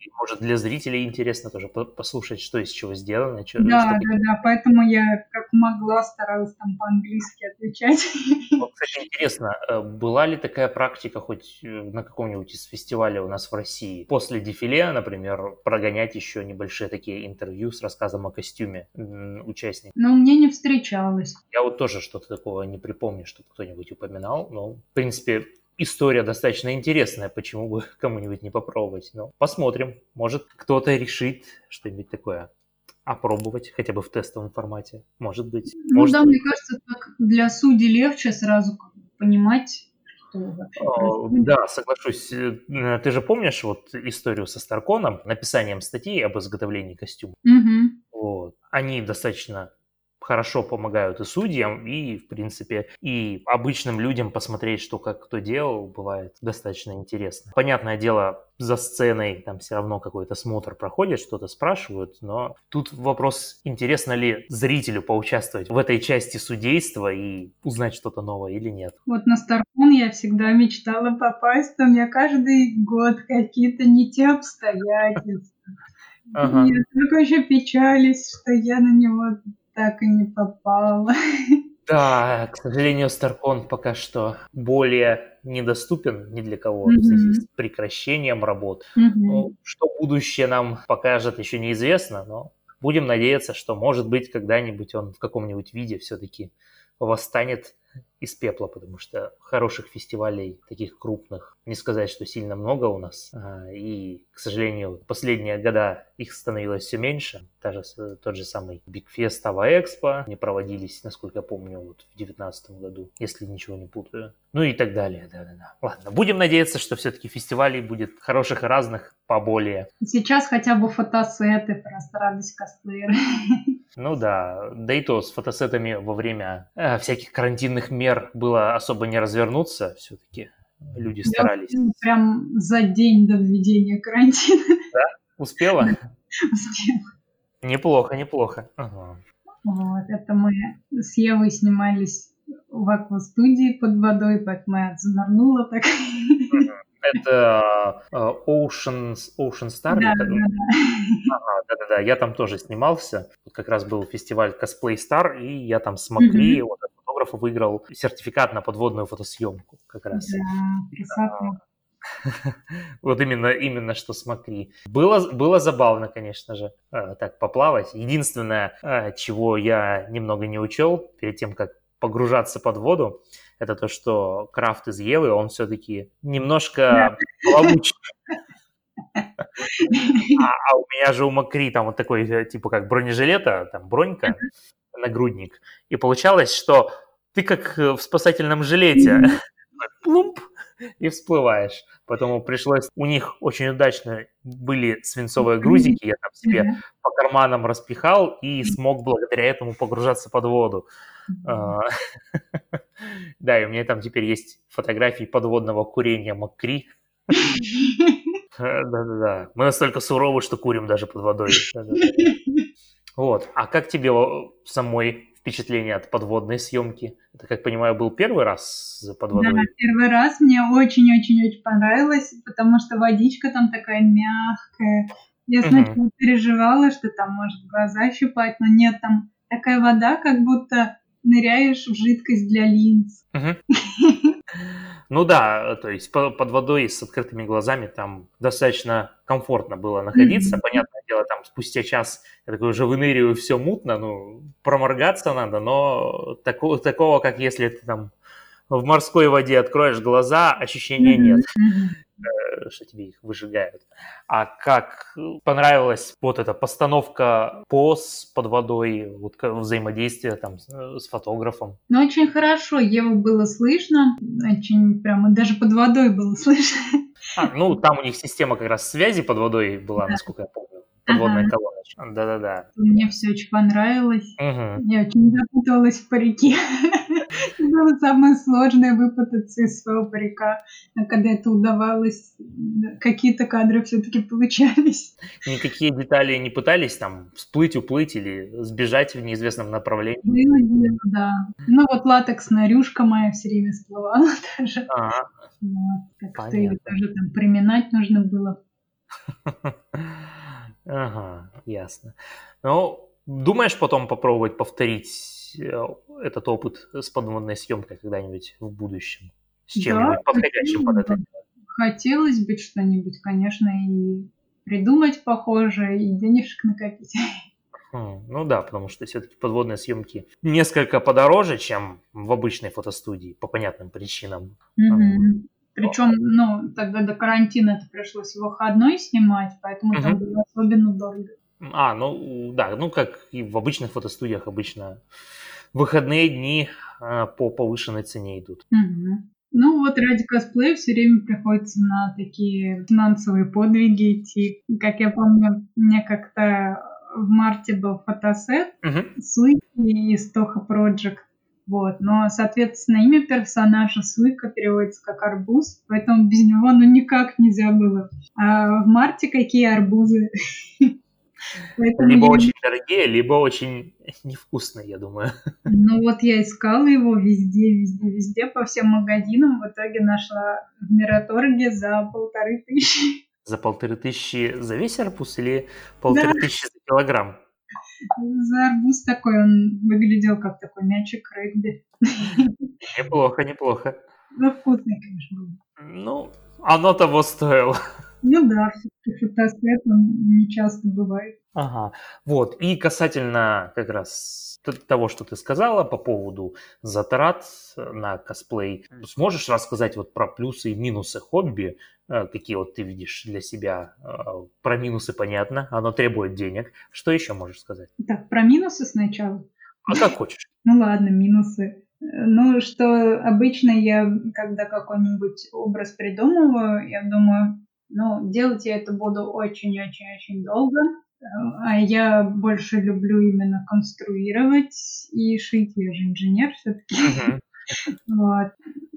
может, для зрителей интересно тоже послушать, что из чего сделано. Что, Да, что да, такие. да, поэтому я как могла старалась там по-английски отвечать. Вот, кстати, интересно, э, была ли такая практика хоть э, на каком-нибудь из фестивалей у нас в России? После дефиле, например, прогонять еще небольшие такие интервью с рассказом о костюме м, участников? Но мне не встречалось. Я вот тоже что-то такого не припомню, чтобы кто-нибудь упоминал. Но, в принципе, история достаточно интересная, почему бы кому-нибудь не попробовать. Но посмотрим, может, кто-то решит что-нибудь такое опробовать, хотя бы в тестовом формате. Может быть. Ну Может, да, мне кажется, так для судей легче сразу как бы понимать, что вообще О, происходит. да, соглашусь. Э, Ты же помнишь вот историю со Старконом, написанием статей об изготовлении костюма? Мгм. Вот. Они достаточно хорошо помогают и судьям, и, в принципе, и обычным людям посмотреть, что как кто делал, бывает достаточно интересно. Понятное дело, за сценой там все равно какой-то смотр проходит, что-то спрашивают, но тут вопрос, интересно ли зрителю поучаствовать в этой части судейства и узнать что-то новое или нет. Вот на Старкон я всегда мечтала попасть, но у меня каждый год какие-то не те обстоятельства. Ага. Я так вообще печалюсь, что я на него так и не попала. Да, к сожалению, Старкон пока что более недоступен ни для кого в связи с Мгм. прекращением работ. Ну, Мгм. что будущее нам покажет, еще неизвестно, но будем надеяться, что, может быть, когда-нибудь он в каком-нибудь виде все-таки восстанет из пепла, потому что хороших фестивалей, таких крупных, не сказать, что сильно много у нас. А, И, к сожалению, в последние года их становилось все меньше. Даже с- тот же самый Big Fest, Ava Expo не проводились, насколько я помню, вот в две тысячи девятнадцатом году, если ничего не путаю. Ну и так далее. Да-да-да. Ладно, будем надеяться, что все-таки фестивалей будет хороших и разных поболее. Сейчас хотя бы фотосеты, просто радость косплеера. Ну да, да и то с фотосетами во время э, всяких карантинных мер было особо не развернуться все-таки. Люди Я старались. успела прям за день до введения карантина. Да? Успела? Успела. Неплохо, неплохо. Ага. Вот, это мы с Евой снимались в аквастудии под водой, поэтому я занырнула так. Это э, Ocean, Ocean Star Да, или как? да, да. Ага, да-да-да, я там тоже снимался. Тут как раз был фестиваль Cosplay Star, и я там с Макри, Мгм. вот, от фотографа, выиграл сертификат на подводную фотосъемку как раз. Да, красота. Вот именно, именно что с Макри. Было, было забавно, конечно же, э, так поплавать. Единственное, э, чего я немного не учел перед тем, как погружаться под воду, это то, что крафт из Евы, он все-таки Да. немножко плавучий. А, а у меня же у Макри там вот такой, э, типа как бронежилета, там бронька, нагрудник. И получалось, что ты как э, в спасательном жилете, Мгм. плумп, и всплываешь. Поэтому пришлось... У них очень удачно были свинцовые Мгм. грузики, я там себе Ага. по карманам распихал и смог благодаря этому погружаться под воду. Мгм. А, Да, и у меня там теперь есть фотографии подводного курения Макри. Э, Да-да-да. Мы настолько суровы, что курим даже под водой. Да-да-да. Вот. А как тебе о, самой впечатление от подводной съемки? Это, как понимаю, был первый раз под Да, водой? первый раз мне очень-очень-очень понравилось, потому что водичка там такая мягкая. Я Мгм. сначала переживала, что там может глаза щипать, но нет, там такая вода, как будто ныряешь в жидкость для линз. Мгм. Ну да, то есть по- под водой с открытыми глазами там достаточно комфортно было находиться. Мгм. Понятное дело, там спустя час я такой уже выныриваю, все мутно, ну, проморгаться надо, но такого, такого, как если ты там в морской воде откроешь глаза, ощущения нет, Мгм. Мгм. э, что тебе их выжигают. А как понравилась вот эта постановка поз под водой, вот ка- взаимодействие там с, э, с фотографом? Ну, очень хорошо, Еву было слышно, очень прямо, даже под водой было слышно. А, ну, там у них система как раз связи под водой была, Да. насколько я помню. Ага. Подводная колоночка. Да-да-да. Мне все очень понравилось. Мгм. Я очень запуталась в парике. Было самое сложное выпутаться из своего парика. А когда это удавалось, м, какие-то кадры все-таки получались. Никакие детали не пытались там всплыть, уплыть или сбежать в неизвестном направлении? Было дело, да. Ну вот латексная рюшка моя все время всплывала тоже. Ага, Вот. Так что ее понятно. тоже там приминать нужно было. Ага, ясно. Ну, думаешь потом попробовать повторить э, этот опыт с подводной съемкой когда-нибудь в будущем? С Да, чем-нибудь подходящим под хотелось это бы. Хотелось бы что-нибудь, конечно, и придумать похожее, и денежек накопить. Хм, ну да, потому что все-таки подводные съемки несколько подороже, чем в обычной фотостудии, по понятным причинам. М, Мгм. Причем, ну, тогда до карантина это пришлось в выходной снимать, поэтому мгм. там было особенно дорого. А, ну да, ну как и в обычных фотостудиях обычно выходные дни а, по повышенной цене идут. Мгм. Ну вот ради косплея все время приходится на такие финансовые подвиги идти. Как я помню, мне как-то в марте был фотосет Мгм. Суики из Toho Project. Вот. Но, соответственно, имя персонажа Суика переводится как арбуз, поэтому без него ну никак нельзя было. А в марте какие арбузы? Поэтому Либо я очень дорогие, либо очень невкусные, я думаю. Ну вот я искала его везде, везде, везде, по всем магазинам. В итоге нашла в Мираторге за полторы тысячи. За полторы тысячи за весь арбуз или Да, полторы тысячи за килограмм? за арбуз такой. Он выглядел как такой мячик регби. Неплохо, неплохо. Ну, вкусный, конечно, был. Ну, оно того стоило. Ну да, все-таки фотосет, он не часто бывает. Ага, вот. И касательно как раз т- того, что ты сказала по поводу затрат на косплей, сможешь рассказать вот про плюсы и минусы хобби, э, какие вот ты видишь для себя? Э, Про минусы понятно, оно требует денег. Что еще можешь сказать? Так, про минусы сначала. А как хочешь. Ну ладно, минусы. Э, Ну, что обычно я, когда какой-нибудь образ придумываю, я думаю, ну, делать я это буду очень-очень-очень долго, э, а я больше люблю именно конструировать и шить. Я же инженер все-таки. Мгм. Вот.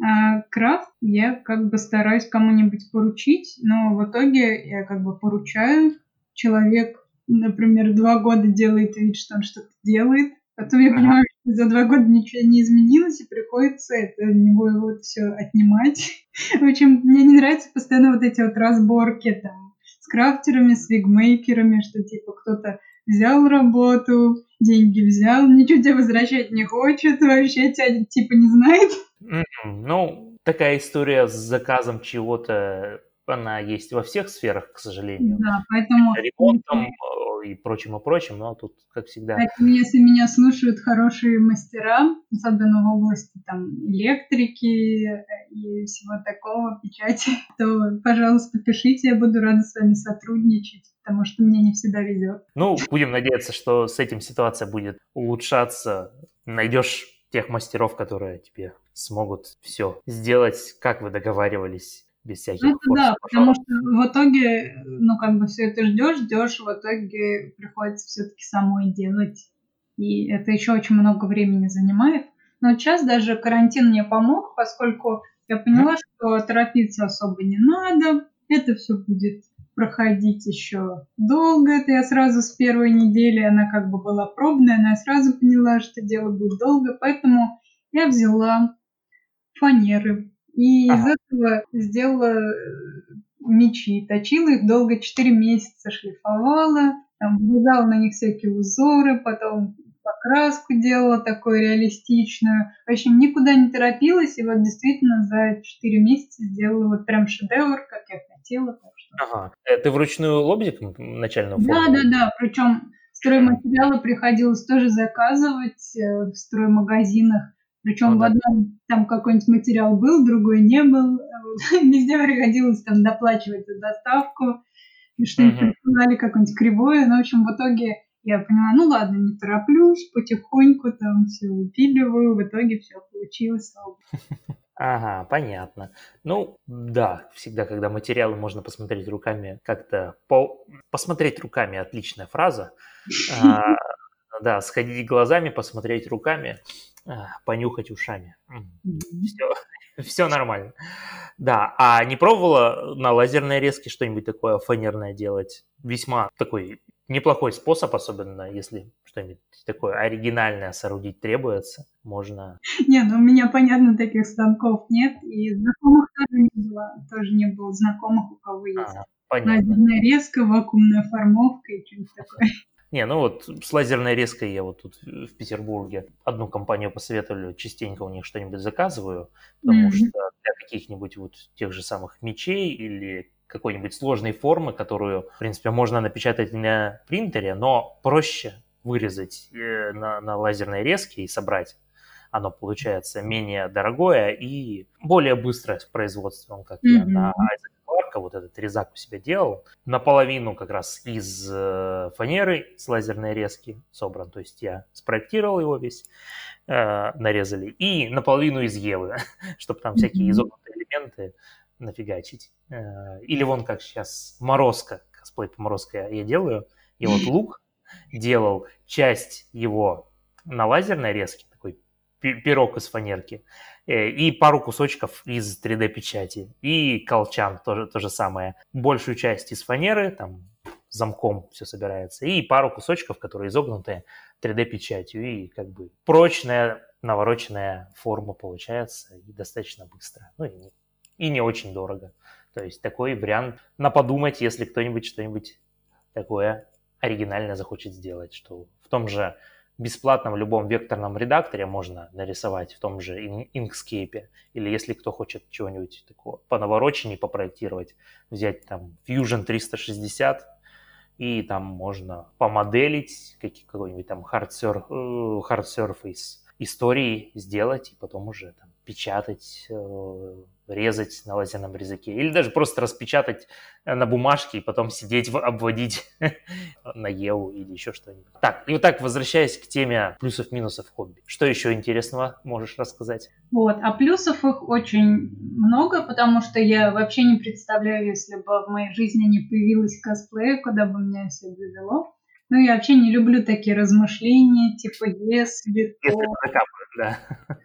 А крафт я как бы стараюсь кому-нибудь поручить, но в итоге я как бы поручаю. Человек, например, два года делает вид, что он что-то делает. Потом я Ага. понимаю, что за два года ничего не изменилось, и приходится это у него вот все отнимать. В общем, мне не нравятся постоянно вот эти вот разборки там с крафтерами, с вигмейкерами, что типа кто-то взял работу, деньги взял, ничего тебе возвращать не хочет, вообще тебя типа не знает. Мгм. Ну, такая история с заказом чего-то, она есть во всех сферах, к сожалению. Да, поэтому Ремонтом если, э, и прочим, и прочим, но тут, как всегда. поэтому если меня слушают хорошие мастера, особенно в области там электрики э, и всего такого, печати, то, пожалуйста, пишите, я буду рада с вами сотрудничать, потому что мне не всегда везет. Ну, будем надеяться, что с этим ситуация будет улучшаться. Найдешь тех мастеров, которые тебе смогут все сделать, как вы договаривались, без Ну, всяких это да, потому форс-мажоров. что в итоге, ну, как бы все это ждешь, ждешь, в итоге приходится все-таки самой делать. И это еще очень много времени занимает. Но вот сейчас даже карантин мне помог, поскольку я Мгм. поняла, что торопиться особо не надо. Это все будет проходить еще долго. Это я сразу с первой недели, она как бы была пробная, но я сразу поняла, что дело будет долго. Поэтому я взяла фанеры. И из Ага. этого сделала э, мечи. Точила их долго, четыре месяца шлифовала, там, вязала на них всякие узоры, потом покраску делала такую реалистичную. В общем, никуда не торопилась, и вот действительно за четыре месяца сделала вот прям шедевр, как я хотела. Так что. Ага. Э, Ты вручную лобзик м, начальную Да, да, форму? да. Причем Мгм. стройматериалы приходилось тоже заказывать э, в строймагазинах. Ну Причем в да. одном там какой-нибудь материал был, другой не был. Вот. Везде приходилось там доплачивать за доставку, и что-нибудь Мгм. присылали какое-нибудь кривое. Ну, в общем, в итоге я поняла, ну ладно, не тороплюсь, потихоньку там все выпиливаю. В итоге все получилось. слава богу. Ага, понятно. Ну, да, всегда, когда материалы можно посмотреть руками, как-то по... посмотреть руками отличная фраза. А, да, сходить глазами, посмотреть руками, а, понюхать ушами. Мгм. Все, все нормально. Да, а не пробовала на лазерной резке что-нибудь такое фанерное делать? Весьма такой неплохой способ, особенно если что-нибудь такое оригинальное соорудить требуется. Можно. Не, ну у меня, понятно, таких станков нет, и знакомых тоже не было, тоже не было знакомых, у кого А, есть. понятно. Лазерная резка, вакуумная формовка и что-нибудь такое. Не, ну вот с лазерной резкой я вот тут в Петербурге одну компанию посоветовали, частенько у них что-нибудь заказываю, потому Мгм. что для каких-нибудь вот тех же самых мечей или какой-нибудь сложной формы, которую, в принципе, можно напечатать на принтере, но проще вырезать э, на, на лазерной резке и собрать. Оно получается менее дорогое и более быстрое с производством, как я на Мгм. Isaac Clarke вот этот резак у себя делал. Наполовину как раз из э, фанеры с лазерной резки собран, то есть я спроектировал его весь, э, нарезали, и наполовину из Евы, чтобы там всякие Мгм. изогнутые элементы нафигачить. Э, или вон как сейчас Морозко, косплей по Морозко я делаю, и вот лук делал часть его на лазерной резке, такой пирог из фанерки, и пару кусочков из три дэ-печати. И колчан тоже то же самое. Большую часть из фанеры, там замком все собирается, и пару кусочков, которые изогнутые три дэ-печатью. И как бы прочная, навороченная форма получается и достаточно быстро. Ну и не, и не очень дорого. То есть такой вариант на подумать, если кто-нибудь что-нибудь такое оригинальное захочет сделать, что в том же бесплатном любом векторном редакторе можно нарисовать, в том же Inkscape, или если кто хочет чего-нибудь такого понавороченнее попроектировать, взять там Fusion триста шестьдесят, и там можно помоделить какой-нибудь там hard, sur- hard surface истории сделать, и потом уже там печатать, резать на лазерном резаке. Или даже просто распечатать на бумажке и потом сидеть, обводить на Еву или еще что-нибудь. Так, и вот так, возвращаясь к теме плюсов-минусов хобби. Что еще интересного можешь рассказать? Вот, а плюсов их очень много, потому что я вообще не представляю, если бы в моей жизни не появилось косплея, куда бы меня все завело. Ну, я вообще не люблю такие размышления, типа, если Если то... накапывать, да.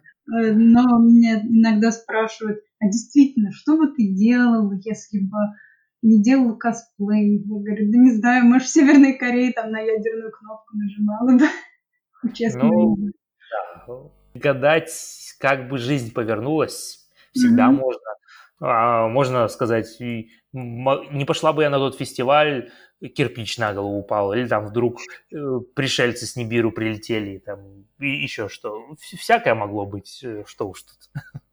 Но меня иногда спрашивают, а действительно, что бы ты делал, если бы не делал косплей? Я говорю, да не знаю, может, в Северной Корее там на ядерную кнопку нажимала бы. Честно, не Ну, знаю. да. Гадать, как бы жизнь повернулась, всегда Мгм. можно. А, можно сказать, и м- не пошла бы я на тот фестиваль, кирпич на голову упал, или там вдруг э, пришельцы с Нибиру прилетели, там, и еще что. Вс- Всякое могло быть, э, что уж тут.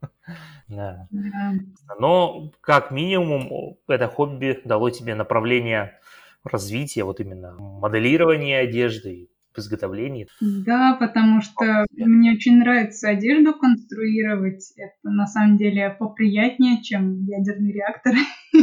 Да. Да. Но, как минимум, это хобби дало тебе направление развития, вот именно моделирования одежды, изготовления. Да, потому что мне очень нравится одежду конструировать. Это на самом деле поприятнее, чем ядерный реактор.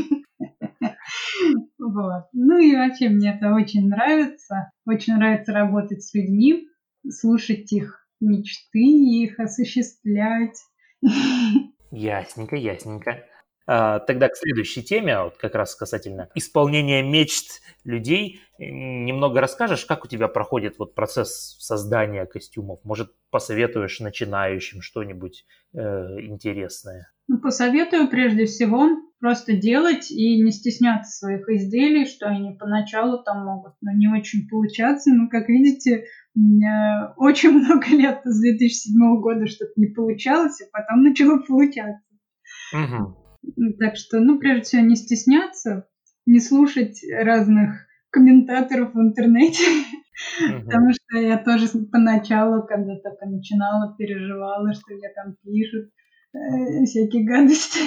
Вот. Ну и вообще мне это очень нравится. Очень нравится работать с людьми, слушать их мечты, их осуществлять. Ясненько, ясненько. А, тогда к следующей теме, вот как раз касательно исполнения мечт людей. Э, Немного расскажешь, как у тебя проходит вот процесс создания костюмов? Может, посоветуешь начинающим что-нибудь э, интересное? Ну, посоветую прежде всего просто делать и не стесняться своих изделий, что они поначалу там могут, но не очень получаться. Но, как видите, у меня очень много лет с две тысячи седьмого года что-то не получалось, а потом начало получаться. Мгм. Так что, ну, прежде всего, не стесняться, не слушать разных комментаторов в интернете, Мгм. потому что я тоже поначалу, когда только начинала, переживала, что мне там пишут э, всякие гадости.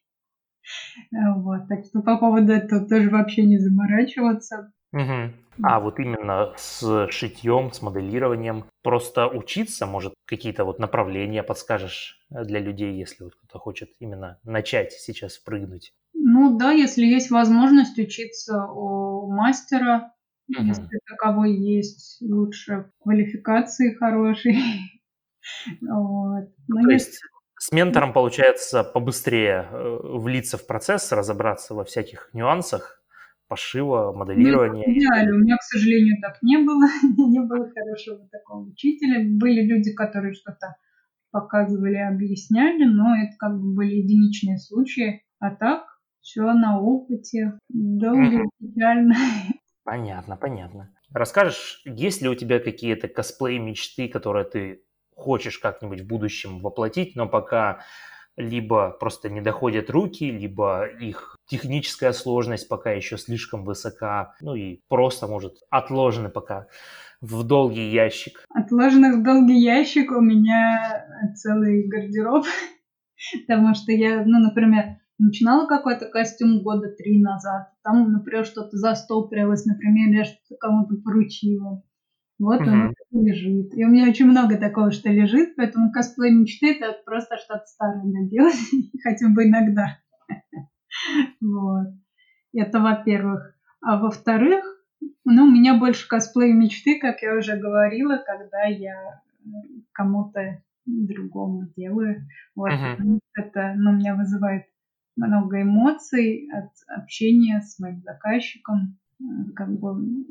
Вот, так что по поводу этого тоже вообще не заморачиваться. Мгм. А вот именно с шитьем, с моделированием, просто учиться, может, какие-то вот направления подскажешь э, для людей, если вот кто-то хочет именно начать сейчас прыгнуть? Ну да, если есть возможность учиться у мастера, Мгм. если таковой есть, лучше квалификации хорошей. Вот. Ну, Но то если есть с ментором получается побыстрее э, влиться в процесс, разобраться во всяких нюансах пошива, ну, это моделирования в идеале. изделий. У меня, к сожалению, так не было. Не было хорошего такого учителя. Были люди, которые что-то показывали, объясняли, но это как бы были единичные случаи. А так все на опыте. Долго Мгм. и печально. Понятно, понятно. Расскажешь, есть ли у тебя какие-то косплей-мечты, которые ты хочешь как-нибудь в будущем воплотить, но пока либо просто не доходят руки, либо их техническая сложность пока еще слишком высока, ну и просто, может, отложены пока в долгий ящик? Отложенных в долгий ящик у меня целый гардероб, потому что я, ну, например, начинала какой-то костюм года три назад, там, например, что-то застопорилось, например, я что-то кому-то поручила. Вот он Угу. лежит. И у меня очень много такого, что лежит, поэтому косплей мечты — это просто что-то старое наделать, хотя бы иногда. Вот. Это во-первых. А во-вторых, ну, у меня больше косплей мечты, как я уже говорила, когда я кому-то другому делаю. Вот. Угу. Это, ну, меня вызывает много эмоций от общения с моим заказчиком. Как бы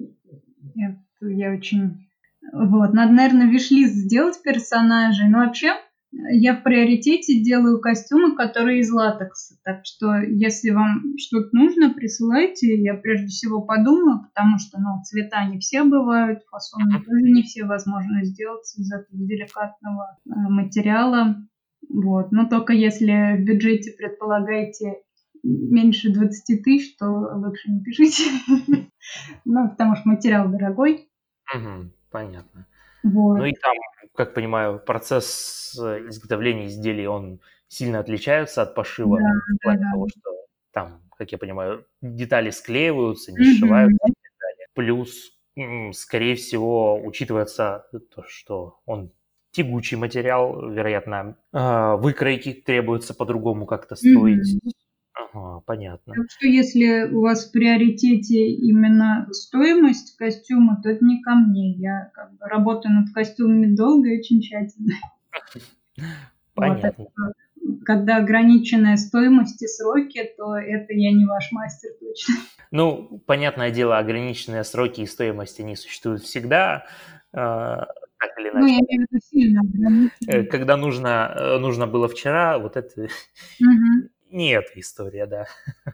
это я очень... Вот. Надо, наверное, виш-лист сделать персонажей. Но вообще я в приоритете делаю костюмы, которые из латекса. Так что, если вам что-то нужно, присылайте. Я прежде всего подумаю, потому что, ну, цвета не все бывают, фасоны тоже не все возможно сделать из этого деликатного э, материала. Вот. Но только если в бюджете предполагаете меньше двадцати тысяч, то лучше не пишите. Ну, потому что материал дорогой. Угу. Понятно. Ну Вот. и там, как понимаю, процесс э, изготовления изделий, он сильно отличается от пошива Да, в да, плане да. того, что там, как я понимаю, детали склеиваются, не Мгм. сшиваются и так далее. Плюс, м, скорее всего, учитывается то, что он тягучий материал, вероятно, а, выкройки требуется по-другому как-то строить. Мгм. Ага, понятно. Так что если у вас в приоритете именно стоимость костюма, то это не ко мне. Я как бы работаю над костюмами долго и очень тщательно. Вот. Так Понятно. что, когда ограниченная стоимость и сроки, то это я не ваш мастер точно. Ну, понятное дело, ограниченные сроки и стоимость, они существуют всегда, а, так или Ну, иначе. я имею в виду сильно Э, ограниченная. когда нужно, э, нужно было вчера, вот это Мгм. не эта история, да.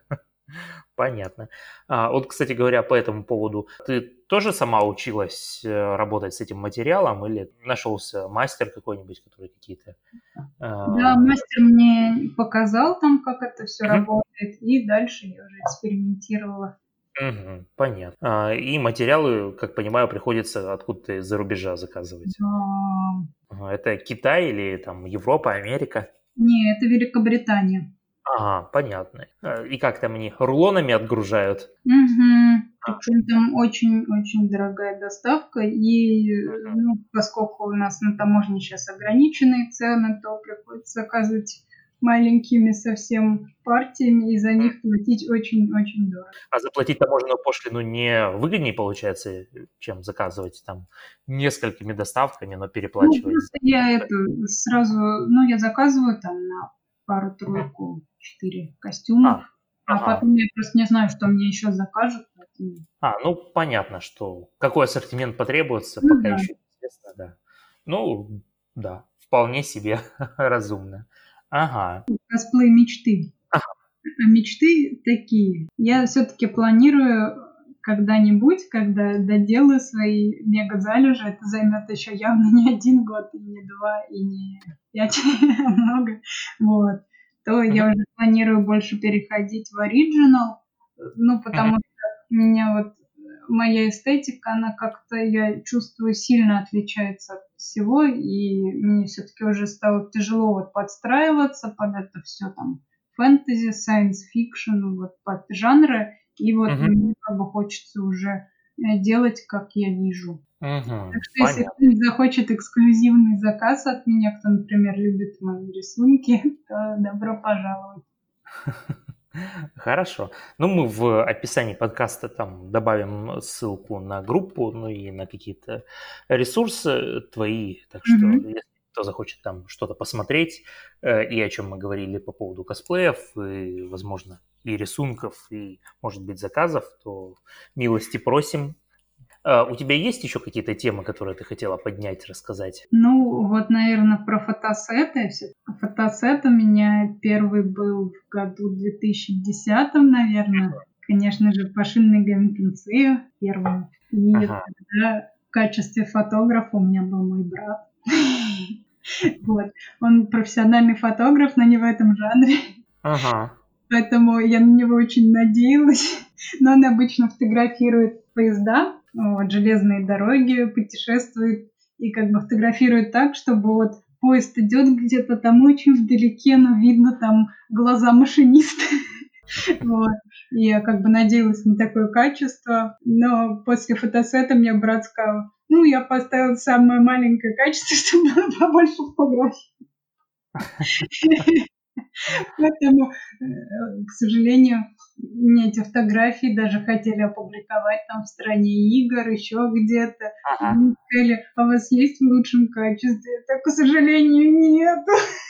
Понятно. А, вот, кстати говоря, по этому поводу, ты тоже сама училась э, работать с этим материалом или нашелся мастер какой-нибудь, который какие-то... Да, а, мастер мне показал там, как это все Мгм. работает, и дальше я уже экспериментировала. Мгм. Понятно. А, и материалы, как понимаю, приходится откуда-то из-за рубежа заказывать. А, Ага, это Китай или там Европа, Америка? Не, это Великобритания. Ага, понятно. А, и как там они рулонами отгружают? Мгм. А, Причем там очень-очень дорогая доставка, и, э, мгм. ну, поскольку у нас на таможне сейчас ограниченные цены, то приходится заказывать маленькими совсем партиями, и за них платить очень-очень дорого. А заплатить таможенную пошлину не выгоднее получается, э, чем заказывать там несколькими доставками, но Ну, переплачивать за... просто я это сразу, ну, я заказываю там на пару-тройку, четыре костюмов, А, а ага. потом я просто не знаю, что мне еще закажут, поэтому... А, ну понятно, что какой ассортимент потребуется, Ну пока да, еще неизвестно, да. Ну, да, вполне себе разумно. Ага. косплей мечты. Ага. А мечты такие. Я все-таки планирую когда-нибудь, когда доделаю свои мега-залежи, это займет еще явно не один год, и не два, и не пять, а много, вот, то Мгм. я уже планирую больше переходить в оригинал, ну, Мгм. потому что меня вот моя эстетика, она как-то, я чувствую, сильно отличается от всего, и мне все-таки уже стало тяжело вот подстраиваться под это все там, фэнтези, сайенс фикшн, вот под жанры, и вот Мгм. мне как бы хочется уже э, делать, как я вижу. Так Мгм. что если Понятно. кто-нибудь захочет эксклюзивный заказ от меня, кто, например, любит мои рисунки, то добро пожаловать. Хорошо. Ну, мы в описании подкаста там добавим ссылку на группу, ну и на какие-то ресурсы твои. Так что, Мгм. если кто захочет там что-то посмотреть, э, и о чем мы говорили по поводу косплеев, и, возможно, и рисунков, и, может быть, заказов, то милости просим. А, у тебя есть еще какие-то темы, которые ты хотела поднять, рассказать? Ну, вот, наверное, про фотосеты. всё- Фотосет у меня первый был в году две тысячи десятом, наверное. Конечно же, Пашин Гамильтон первый. И Ага, тогда в качестве фотографа у меня был мой брат. Вот. Он профессиональный фотограф, но не в этом жанре. ага. поэтому я на него очень надеялась. Но он обычно фотографирует поезда, вот, железные дороги, путешествует и как бы фотографирует так, чтобы вот поезд идет где-то там очень вдалеке, но видно там глаза машиниста. Вот. И я как бы надеялась на такое качество, но после фотосета мне брат сказал, ну, я поставила самое маленькое качество, чтобы было побольше фотографий. Поэтому, к сожалению, мне эти фотографии даже хотели опубликовать там в стране игр, еще где-то. Ага. Они сказали, а у вас есть в лучшем качестве? Так, к сожалению, нет.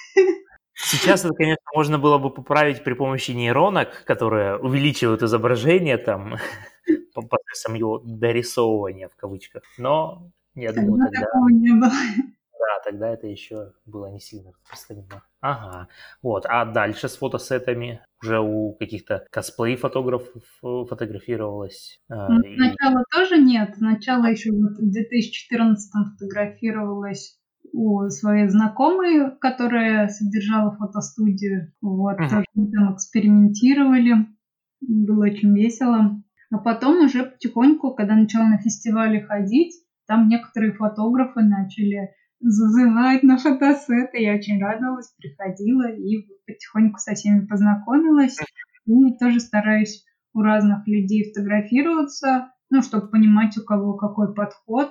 Сейчас это, конечно, можно было бы поправить при помощи нейронок, которые увеличивают изображение там посредством его дорисовывания в кавычках. Но я думаю, Тогда тогда, такого не было. да, тогда это еще было не сильно распространено. Ага. Вот. А дальше с фотосетами уже у каких-то косплей-фотографов фотографировалось. Ну, И... сначала тоже нет. Сначала еще вот в две тысячи четырнадцатом фотографировалась у своей знакомой, которая содержала фотостудию. Вот, Мгм. тоже мы там экспериментировали. Было очень весело. А потом уже потихоньку, когда начала на фестивале ходить, там некоторые фотографы начали зазывать на фотосеты. Я очень радовалась, приходила и потихоньку со всеми познакомилась. И тоже стараюсь у разных людей фотографироваться, ну, чтобы понимать, у кого какой подход,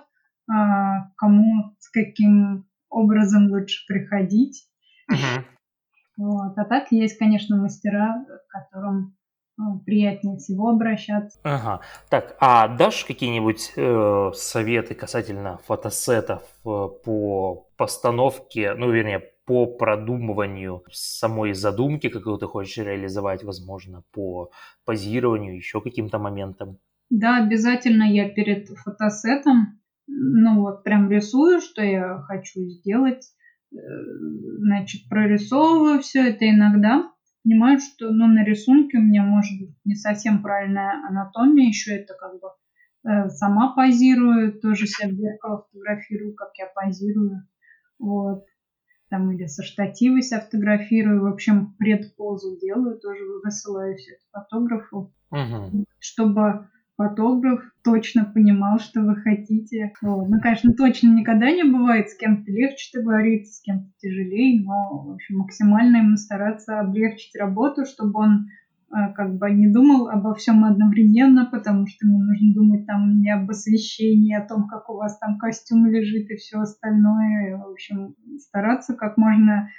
а, кому с каким образом лучше приходить. Мгм. Вот. А так есть, конечно, мастера, к которым ну, приятнее всего обращаться. Ага. Так, а дашь какие-нибудь э, советы касательно фотосетов э, по постановке, ну, вернее, по продумыванию самой задумки, какую ты хочешь реализовать, возможно, по позированию, еще каким-то моментам? Да, обязательно я перед фотосетом, ну вот прям рисую, что я хочу сделать, э, значит, прорисовываю все это иногда. Понимаю, что ну, на рисунке у меня может быть не совсем правильная анатомия, еще это как бы э, сама позирую, тоже себя в зеркало фотографирую, как я позирую. Вот. Там или со штатива себя фотографирую, в общем, предпозу делаю, тоже высылаю все это фотографу, Угу. чтобы фотограф точно понимал, что вы хотите. Вот. Ну, конечно, точно никогда не бывает, с кем-то легче договориться, с кем-то тяжелее, но, в общем, максимально ему стараться облегчить работу, чтобы он э, как бы не думал обо всем одновременно, потому что ему нужно думать там не об освещении, о том, как у вас там костюм лежит и все остальное. В общем, стараться как можно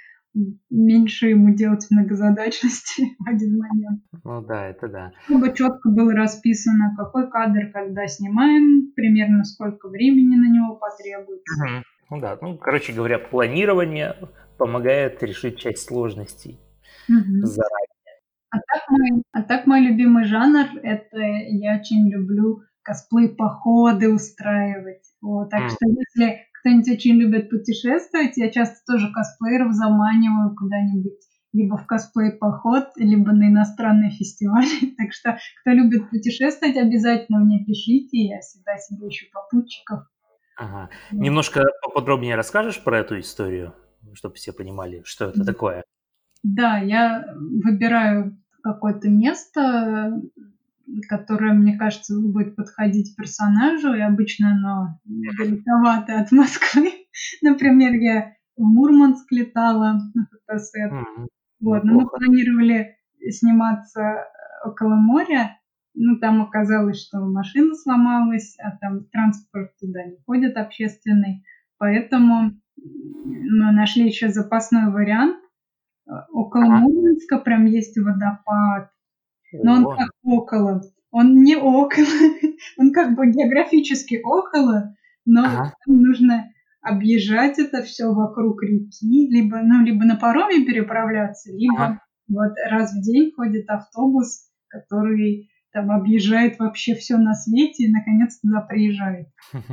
меньше ему делать многозадачности в один момент. Ну да, это да. Чтобы четко было расписано, какой кадр, когда снимаем, примерно сколько времени на него потребуется. Мгм. Ну да, ну, короче говоря, планирование помогает решить часть сложностей Мгм. заранее. А так мой, а так мой любимый жанр, это я очень люблю косплей-походы устраивать. Вот, так М. что если кто-нибудь очень любит путешествовать, я часто тоже косплееров заманиваю куда-нибудь либо в косплей-поход, либо на иностранные фестивали. Так что, кто любит путешествовать, обязательно мне пишите, я всегда себе ищу попутчиков. Ага. Вот. Немножко поподробнее расскажешь про эту историю, чтобы все понимали, что это такое? Да, я выбираю какое-то место, которое, мне кажется, будет подходить персонажу, и обычно оно далековато от Москвы. Например, я в Мурманск летала на фотосет. Мгм. Вот, но мы Неплохо. планировали сниматься около моря, ну, там оказалось, что машина сломалась, а там транспорт туда не ходит общественный, поэтому мы нашли еще запасной вариант. Около Ага. Мурманска прям есть водопад, но он О, как около, он не около, он как бы географически около, но ага, там нужно объезжать это все вокруг реки, либо, ну, либо на пароме переправляться, ага. либо вот раз в день ходит автобус, который там объезжает вообще все на свете и наконец туда приезжает.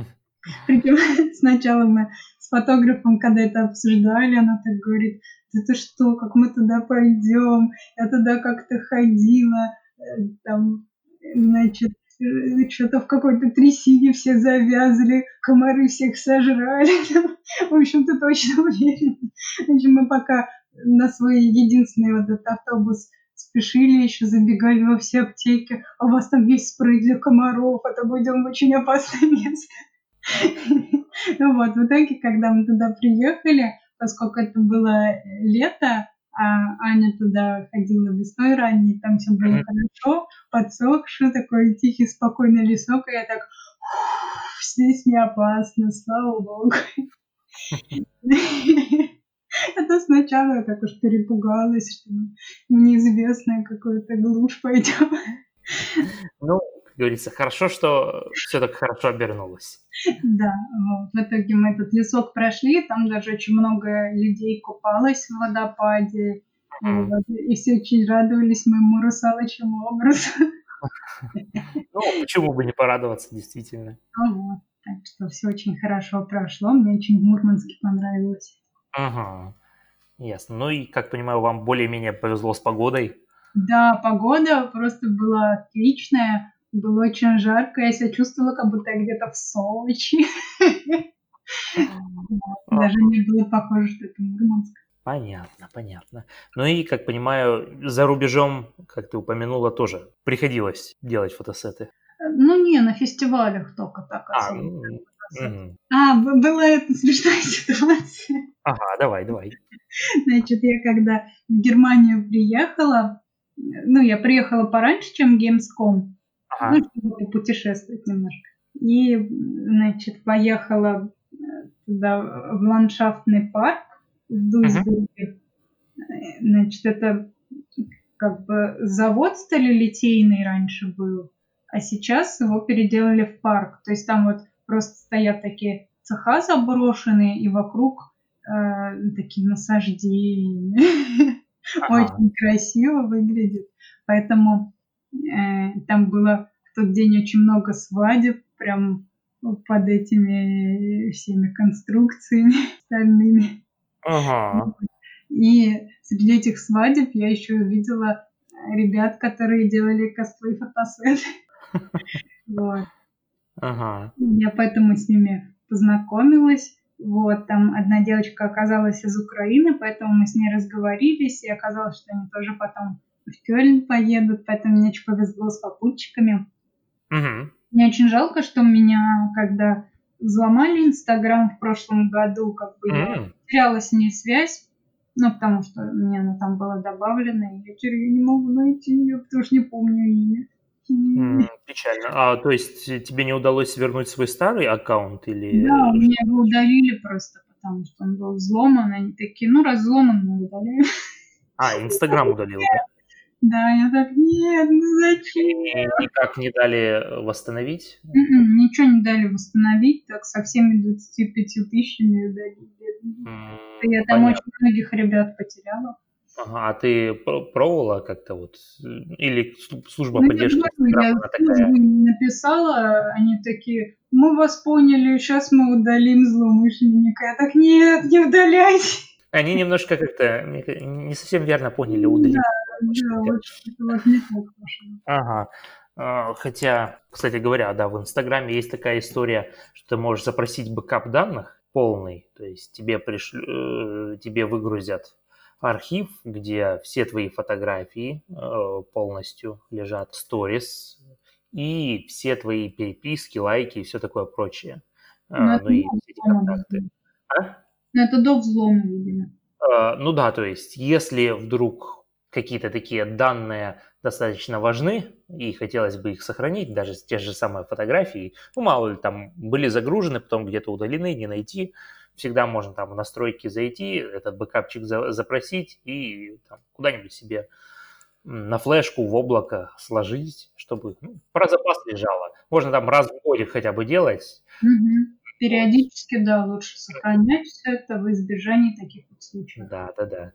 Причем сначала мы с фотографом, когда это обсуждали, она так говорит, да ты что, как мы туда пойдем? Я туда как-то ходила, э, там, значит, э, что-то в какой-то трясине все завязли, комары всех сожрали. В общем, ты точно уверена. В общем, мы пока на свой единственный вот этот автобус спешили еще, забегали во все аптеки, а у вас там есть спрей для комаров, а то будем в очень опасное место. Ну вот, в итоге, когда мы туда приехали, поскольку это было лето, а Аня туда ходила весной ранней, там все было хорошо, подсохший такой тихий, спокойный лесок, и я так, здесь не опасно, слава богу. Это сначала я так уж перепугалась, что в неизвестное какую-то глушь пойдем. Ну, как говорится, хорошо, что все так хорошо обернулось. Да, вот. В итоге мы этот лесок прошли, там даже очень много людей купалось в водопаде, Mm. вот, и все очень радовались моему русалочьему образу. Ну, почему бы не порадоваться, действительно. Ну вот, так что все очень хорошо прошло, мне очень в Мурманске понравилось. Ага, ясно. Ну и, как понимаю, вам более-менее повезло с погодой? Да, погода просто была отличная, было очень жарко, я себя чувствовала, как будто я где-то в Сочи. Даже не было похоже, что это Мурманск. Понятно, понятно. Ну и, как понимаю, за рубежом, как ты упомянула, тоже приходилось делать фотосеты. Ну не, на фестивалях только так А, особо. ну, мгм. А, б- была эта смешная ситуация. Ага, давай, давай. Значит, я когда в Германию приехала, ну, я приехала пораньше, чем Gamescom, Ага. ну, чтобы попутешествовать немножко. И, значит, поехала э, туда в ландшафтный парк в Дуйсбурге. Э, Значит, это как бы завод сталелитейный раньше был, а сейчас его переделали в парк. То есть там вот просто стоят такие цеха заброшенные, и вокруг э, такие насаждения. Ага. Очень красиво выглядит. Поэтому э, там было в тот день очень много свадеб, прям под этими всеми конструкциями стальными. Ага. И среди этих свадеб я еще увидела ребят, которые делали косплей фотосет. Вот. Ага. Я поэтому с ними познакомилась. Вот, там одна девочка оказалась из Украины, поэтому мы с ней разговорились, и оказалось, что они тоже потом в Кёльн поедут, поэтому мне очень повезло с попутчиками. Угу. Мне очень жалко, что меня, когда взломали Инстаграм в прошлом году, как бы я М. потеряла с ней связь, ну, потому что у меня она там была добавлена, и я теперь её не могу найти ее, потому что не помню имя. М, Печально. А, то есть э, тебе не удалось вернуть свой старый аккаунт или Да, у э, меня что? его удалили просто, потому что он был взломан. Они такие, ну, раз взломан, мы удаляем. А, Инстаграм удалил, да? Да, я так, нет, ну зачем? И никак не дали э, восстановить? М-м, Ничего не дали восстановить, так со всеми двадцатью пятью тысячами удалили. М, Я там Понятно. очень многих ребят потеряла. Ага, а ты про- пробовала как-то вот? э, Или слу- служба Ну, я поддержки говорю, Инстаграма, я она такая? службу написала, они такие, мы вас поняли, сейчас мы удалим злоумышленника. Я так, нет, не удаляйте. Они немножко как-то мне ка- не совсем верно поняли, Да, удалить да, злоумышленника. вот это вот не так пошло. Ага. А, Хотя, кстати говоря, да, в Инстаграме есть такая история, что ты можешь запросить бэкап данных полный, то есть тебе пришлю, э, тебе выгрузят архив, где все твои фотографии э, полностью лежат, сторис и все твои переписки, лайки и все такое прочее. Но А, это Ну и до все эти взлома, контакты. видимо. А? Но это до взлома, видимо. А, Ну да, то есть, если вдруг какие-то такие данные достаточно важны, и хотелось бы их сохранить, даже те же самые фотографии, ну, мало ли, там были загружены, потом где-то удалены, не найти, всегда можно там в настройки зайти, этот бэкапчик за- запросить и там, куда-нибудь себе м, на флешку в облако сложить, чтобы ну, про запас лежало. Можно там раз в годик хотя бы делать. Мгм. Вот. Периодически, да, лучше сохранять все это в избежании таких вот случаев. Да, да, да.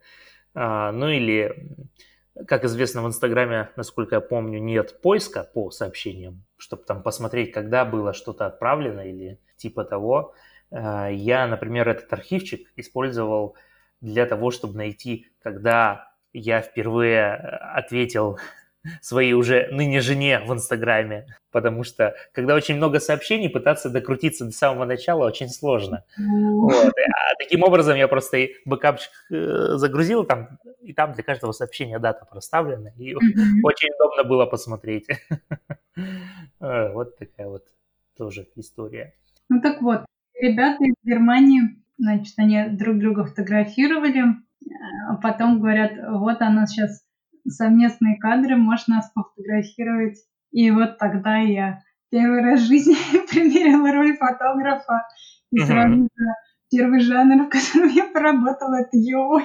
А, ну или, м, как известно, в Инстаграме, насколько я помню, нет поиска по сообщениям, чтобы там посмотреть, когда было что-то отправлено или типа того. А, Я, например, этот архивчик использовал для того, чтобы найти, когда я впервые э, ответил своей уже ныне жене в Инстаграме, потому что, когда очень много сообщений, пытаться докрутиться до самого начала очень сложно. Вот. А таким образом я просто и бэкапчик э, загрузил, там, и там для каждого сообщения дата проставлена, и Мгм. очень удобно было посмотреть. Э, Вот такая вот тоже история. Ну так вот, ребята из Германии, значит, они друг друга фотографировали, а потом говорят, вот она сейчас совместные кадры, можешь нас пофотографировать. И вот тогда я первый раз в жизни примерила роль фотографа. И сразу Мгм. же первый жанр, в котором я поработала, это йой.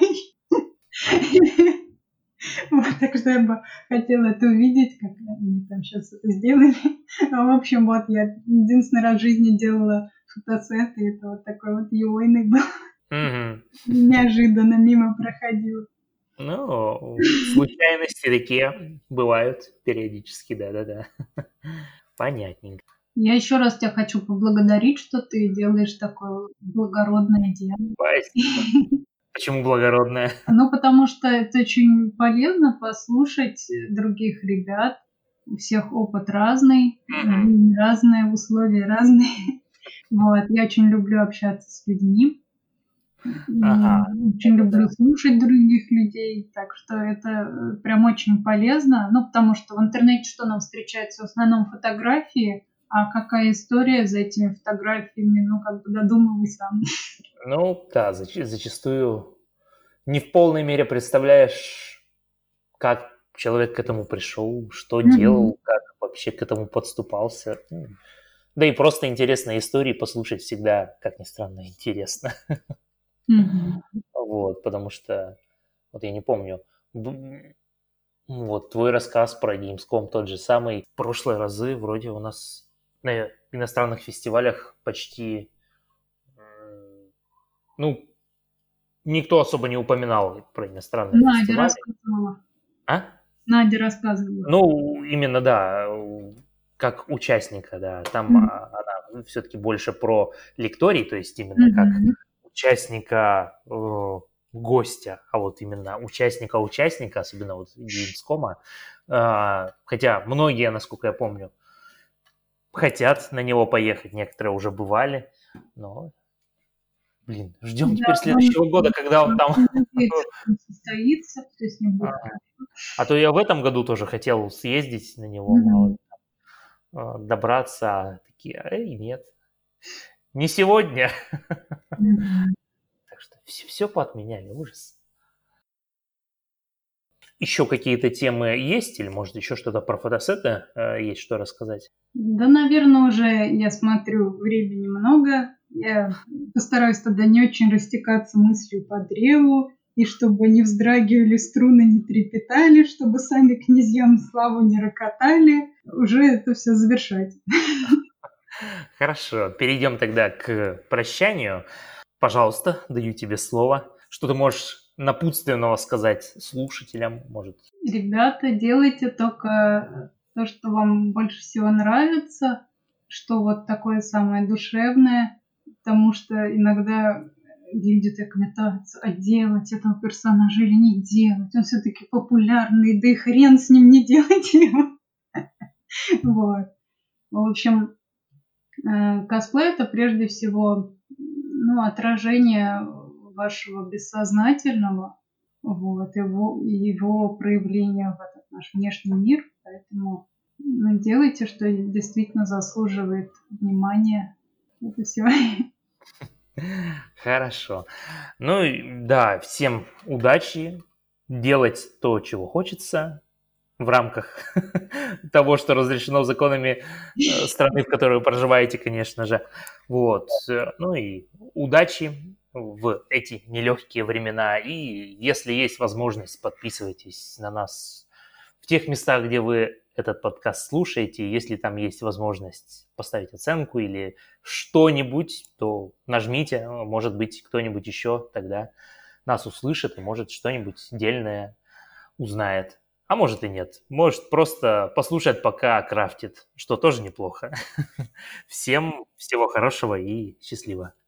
Вот, так что я бы хотела это увидеть, как они там сейчас это сделали. Ну, в общем, вот я единственный раз в жизни делала фотосет, и это вот такой вот юойный был. Мгм. Неожиданно мимо проходил. Ну, случайности такие бывают периодически, да-да-да. Понятненько. Я еще раз тебя хочу поблагодарить, что ты делаешь такое благородное дело. Спасибо. Почему благородная? Ну, потому что это очень полезно послушать других ребят. У всех опыт разный, Мгм. жизнь разная, условия разные. Вот. Я очень люблю общаться с людьми. Ага, М, Очень это люблю да. слушать других людей, так что это э, прям очень полезно. Ну, потому что в интернете что нам встречается? В основном фотографии, а какая история за этими фотографиями, ну, как бы додумывай сам. Ну, да, зач- зачастую не в полной мере представляешь, как человек к этому пришел, что Мгм. делал, как вообще к этому подступался. Ну, да и просто интересные истории послушать всегда, как ни странно, интересно. Мгм. Вот, потому что, вот я не помню, б- вот твой рассказ про Gamescom тот же самый. В прошлые разы вроде у нас на иностранных фестивалях почти, м, ну, никто особо не упоминал про иностранные Надя фестивали. рассказывала. А? Надя рассказывала. Ну, именно, да, у- как участника, да. Там Мгм. а, она все-таки больше про лекторий, то есть именно как Мгм. участника, э, гостя, а вот именно участника-участника, особенно вот Gamescom. А, хотя многие, насколько я помню, хотят на него поехать, некоторые уже бывали, но, блин, ждем Да, теперь он следующего года, когда он там. надеется, что он состоится, все с ним будет А хорошо. а то я в этом году тоже хотел съездить на него, мало ли, Мгм. а, добраться, а такие, эй, нет, не сегодня. Мгм. Так что все, все поотменяли, ужас. Еще какие-то темы есть или, может, еще что-то про фотосеты э, есть что рассказать? Да, наверное, уже, я смотрю, времени много. Я постараюсь тогда не очень растекаться мыслью по древу, и чтобы не вздрагивали струны, не трепетали, чтобы сами князьям славу не рокотали. Уже это все завершать. Хорошо, перейдем тогда к прощанию. Пожалуйста, даю тебе слово. Что ты можешь напутственного сказать слушателям, может? Ребята, делайте только то, что вам больше всего нравится, что вот такое самое душевное, потому что иногда люди так метаются, а делать этого персонажа или не делать, он все-таки популярный, да и хрен с ним, не делайте его. Вот. В общем, э, косплей это прежде всего ну, отражение вашего бессознательного, вот, его, его проявление в этот наш внешний мир. Поэтому ну, делайте, что действительно заслуживает внимания. Это все. Хорошо. Ну и да, всем удачи, делать то, чего хочется, в рамках того, что разрешено законами э, страны, в которой вы проживаете, конечно же. Вот. Э, Ну и удачи в эти нелегкие времена. И если есть возможность, подписывайтесь на нас в тех местах, где вы этот подкаст слушаете. Если там есть возможность поставить оценку или что-нибудь, то нажмите. Может быть, кто-нибудь еще тогда нас услышит и может что-нибудь дельное узнает. А может и нет. Может просто послушает, пока крафтит, что тоже неплохо. Всем всего хорошего и счастливо.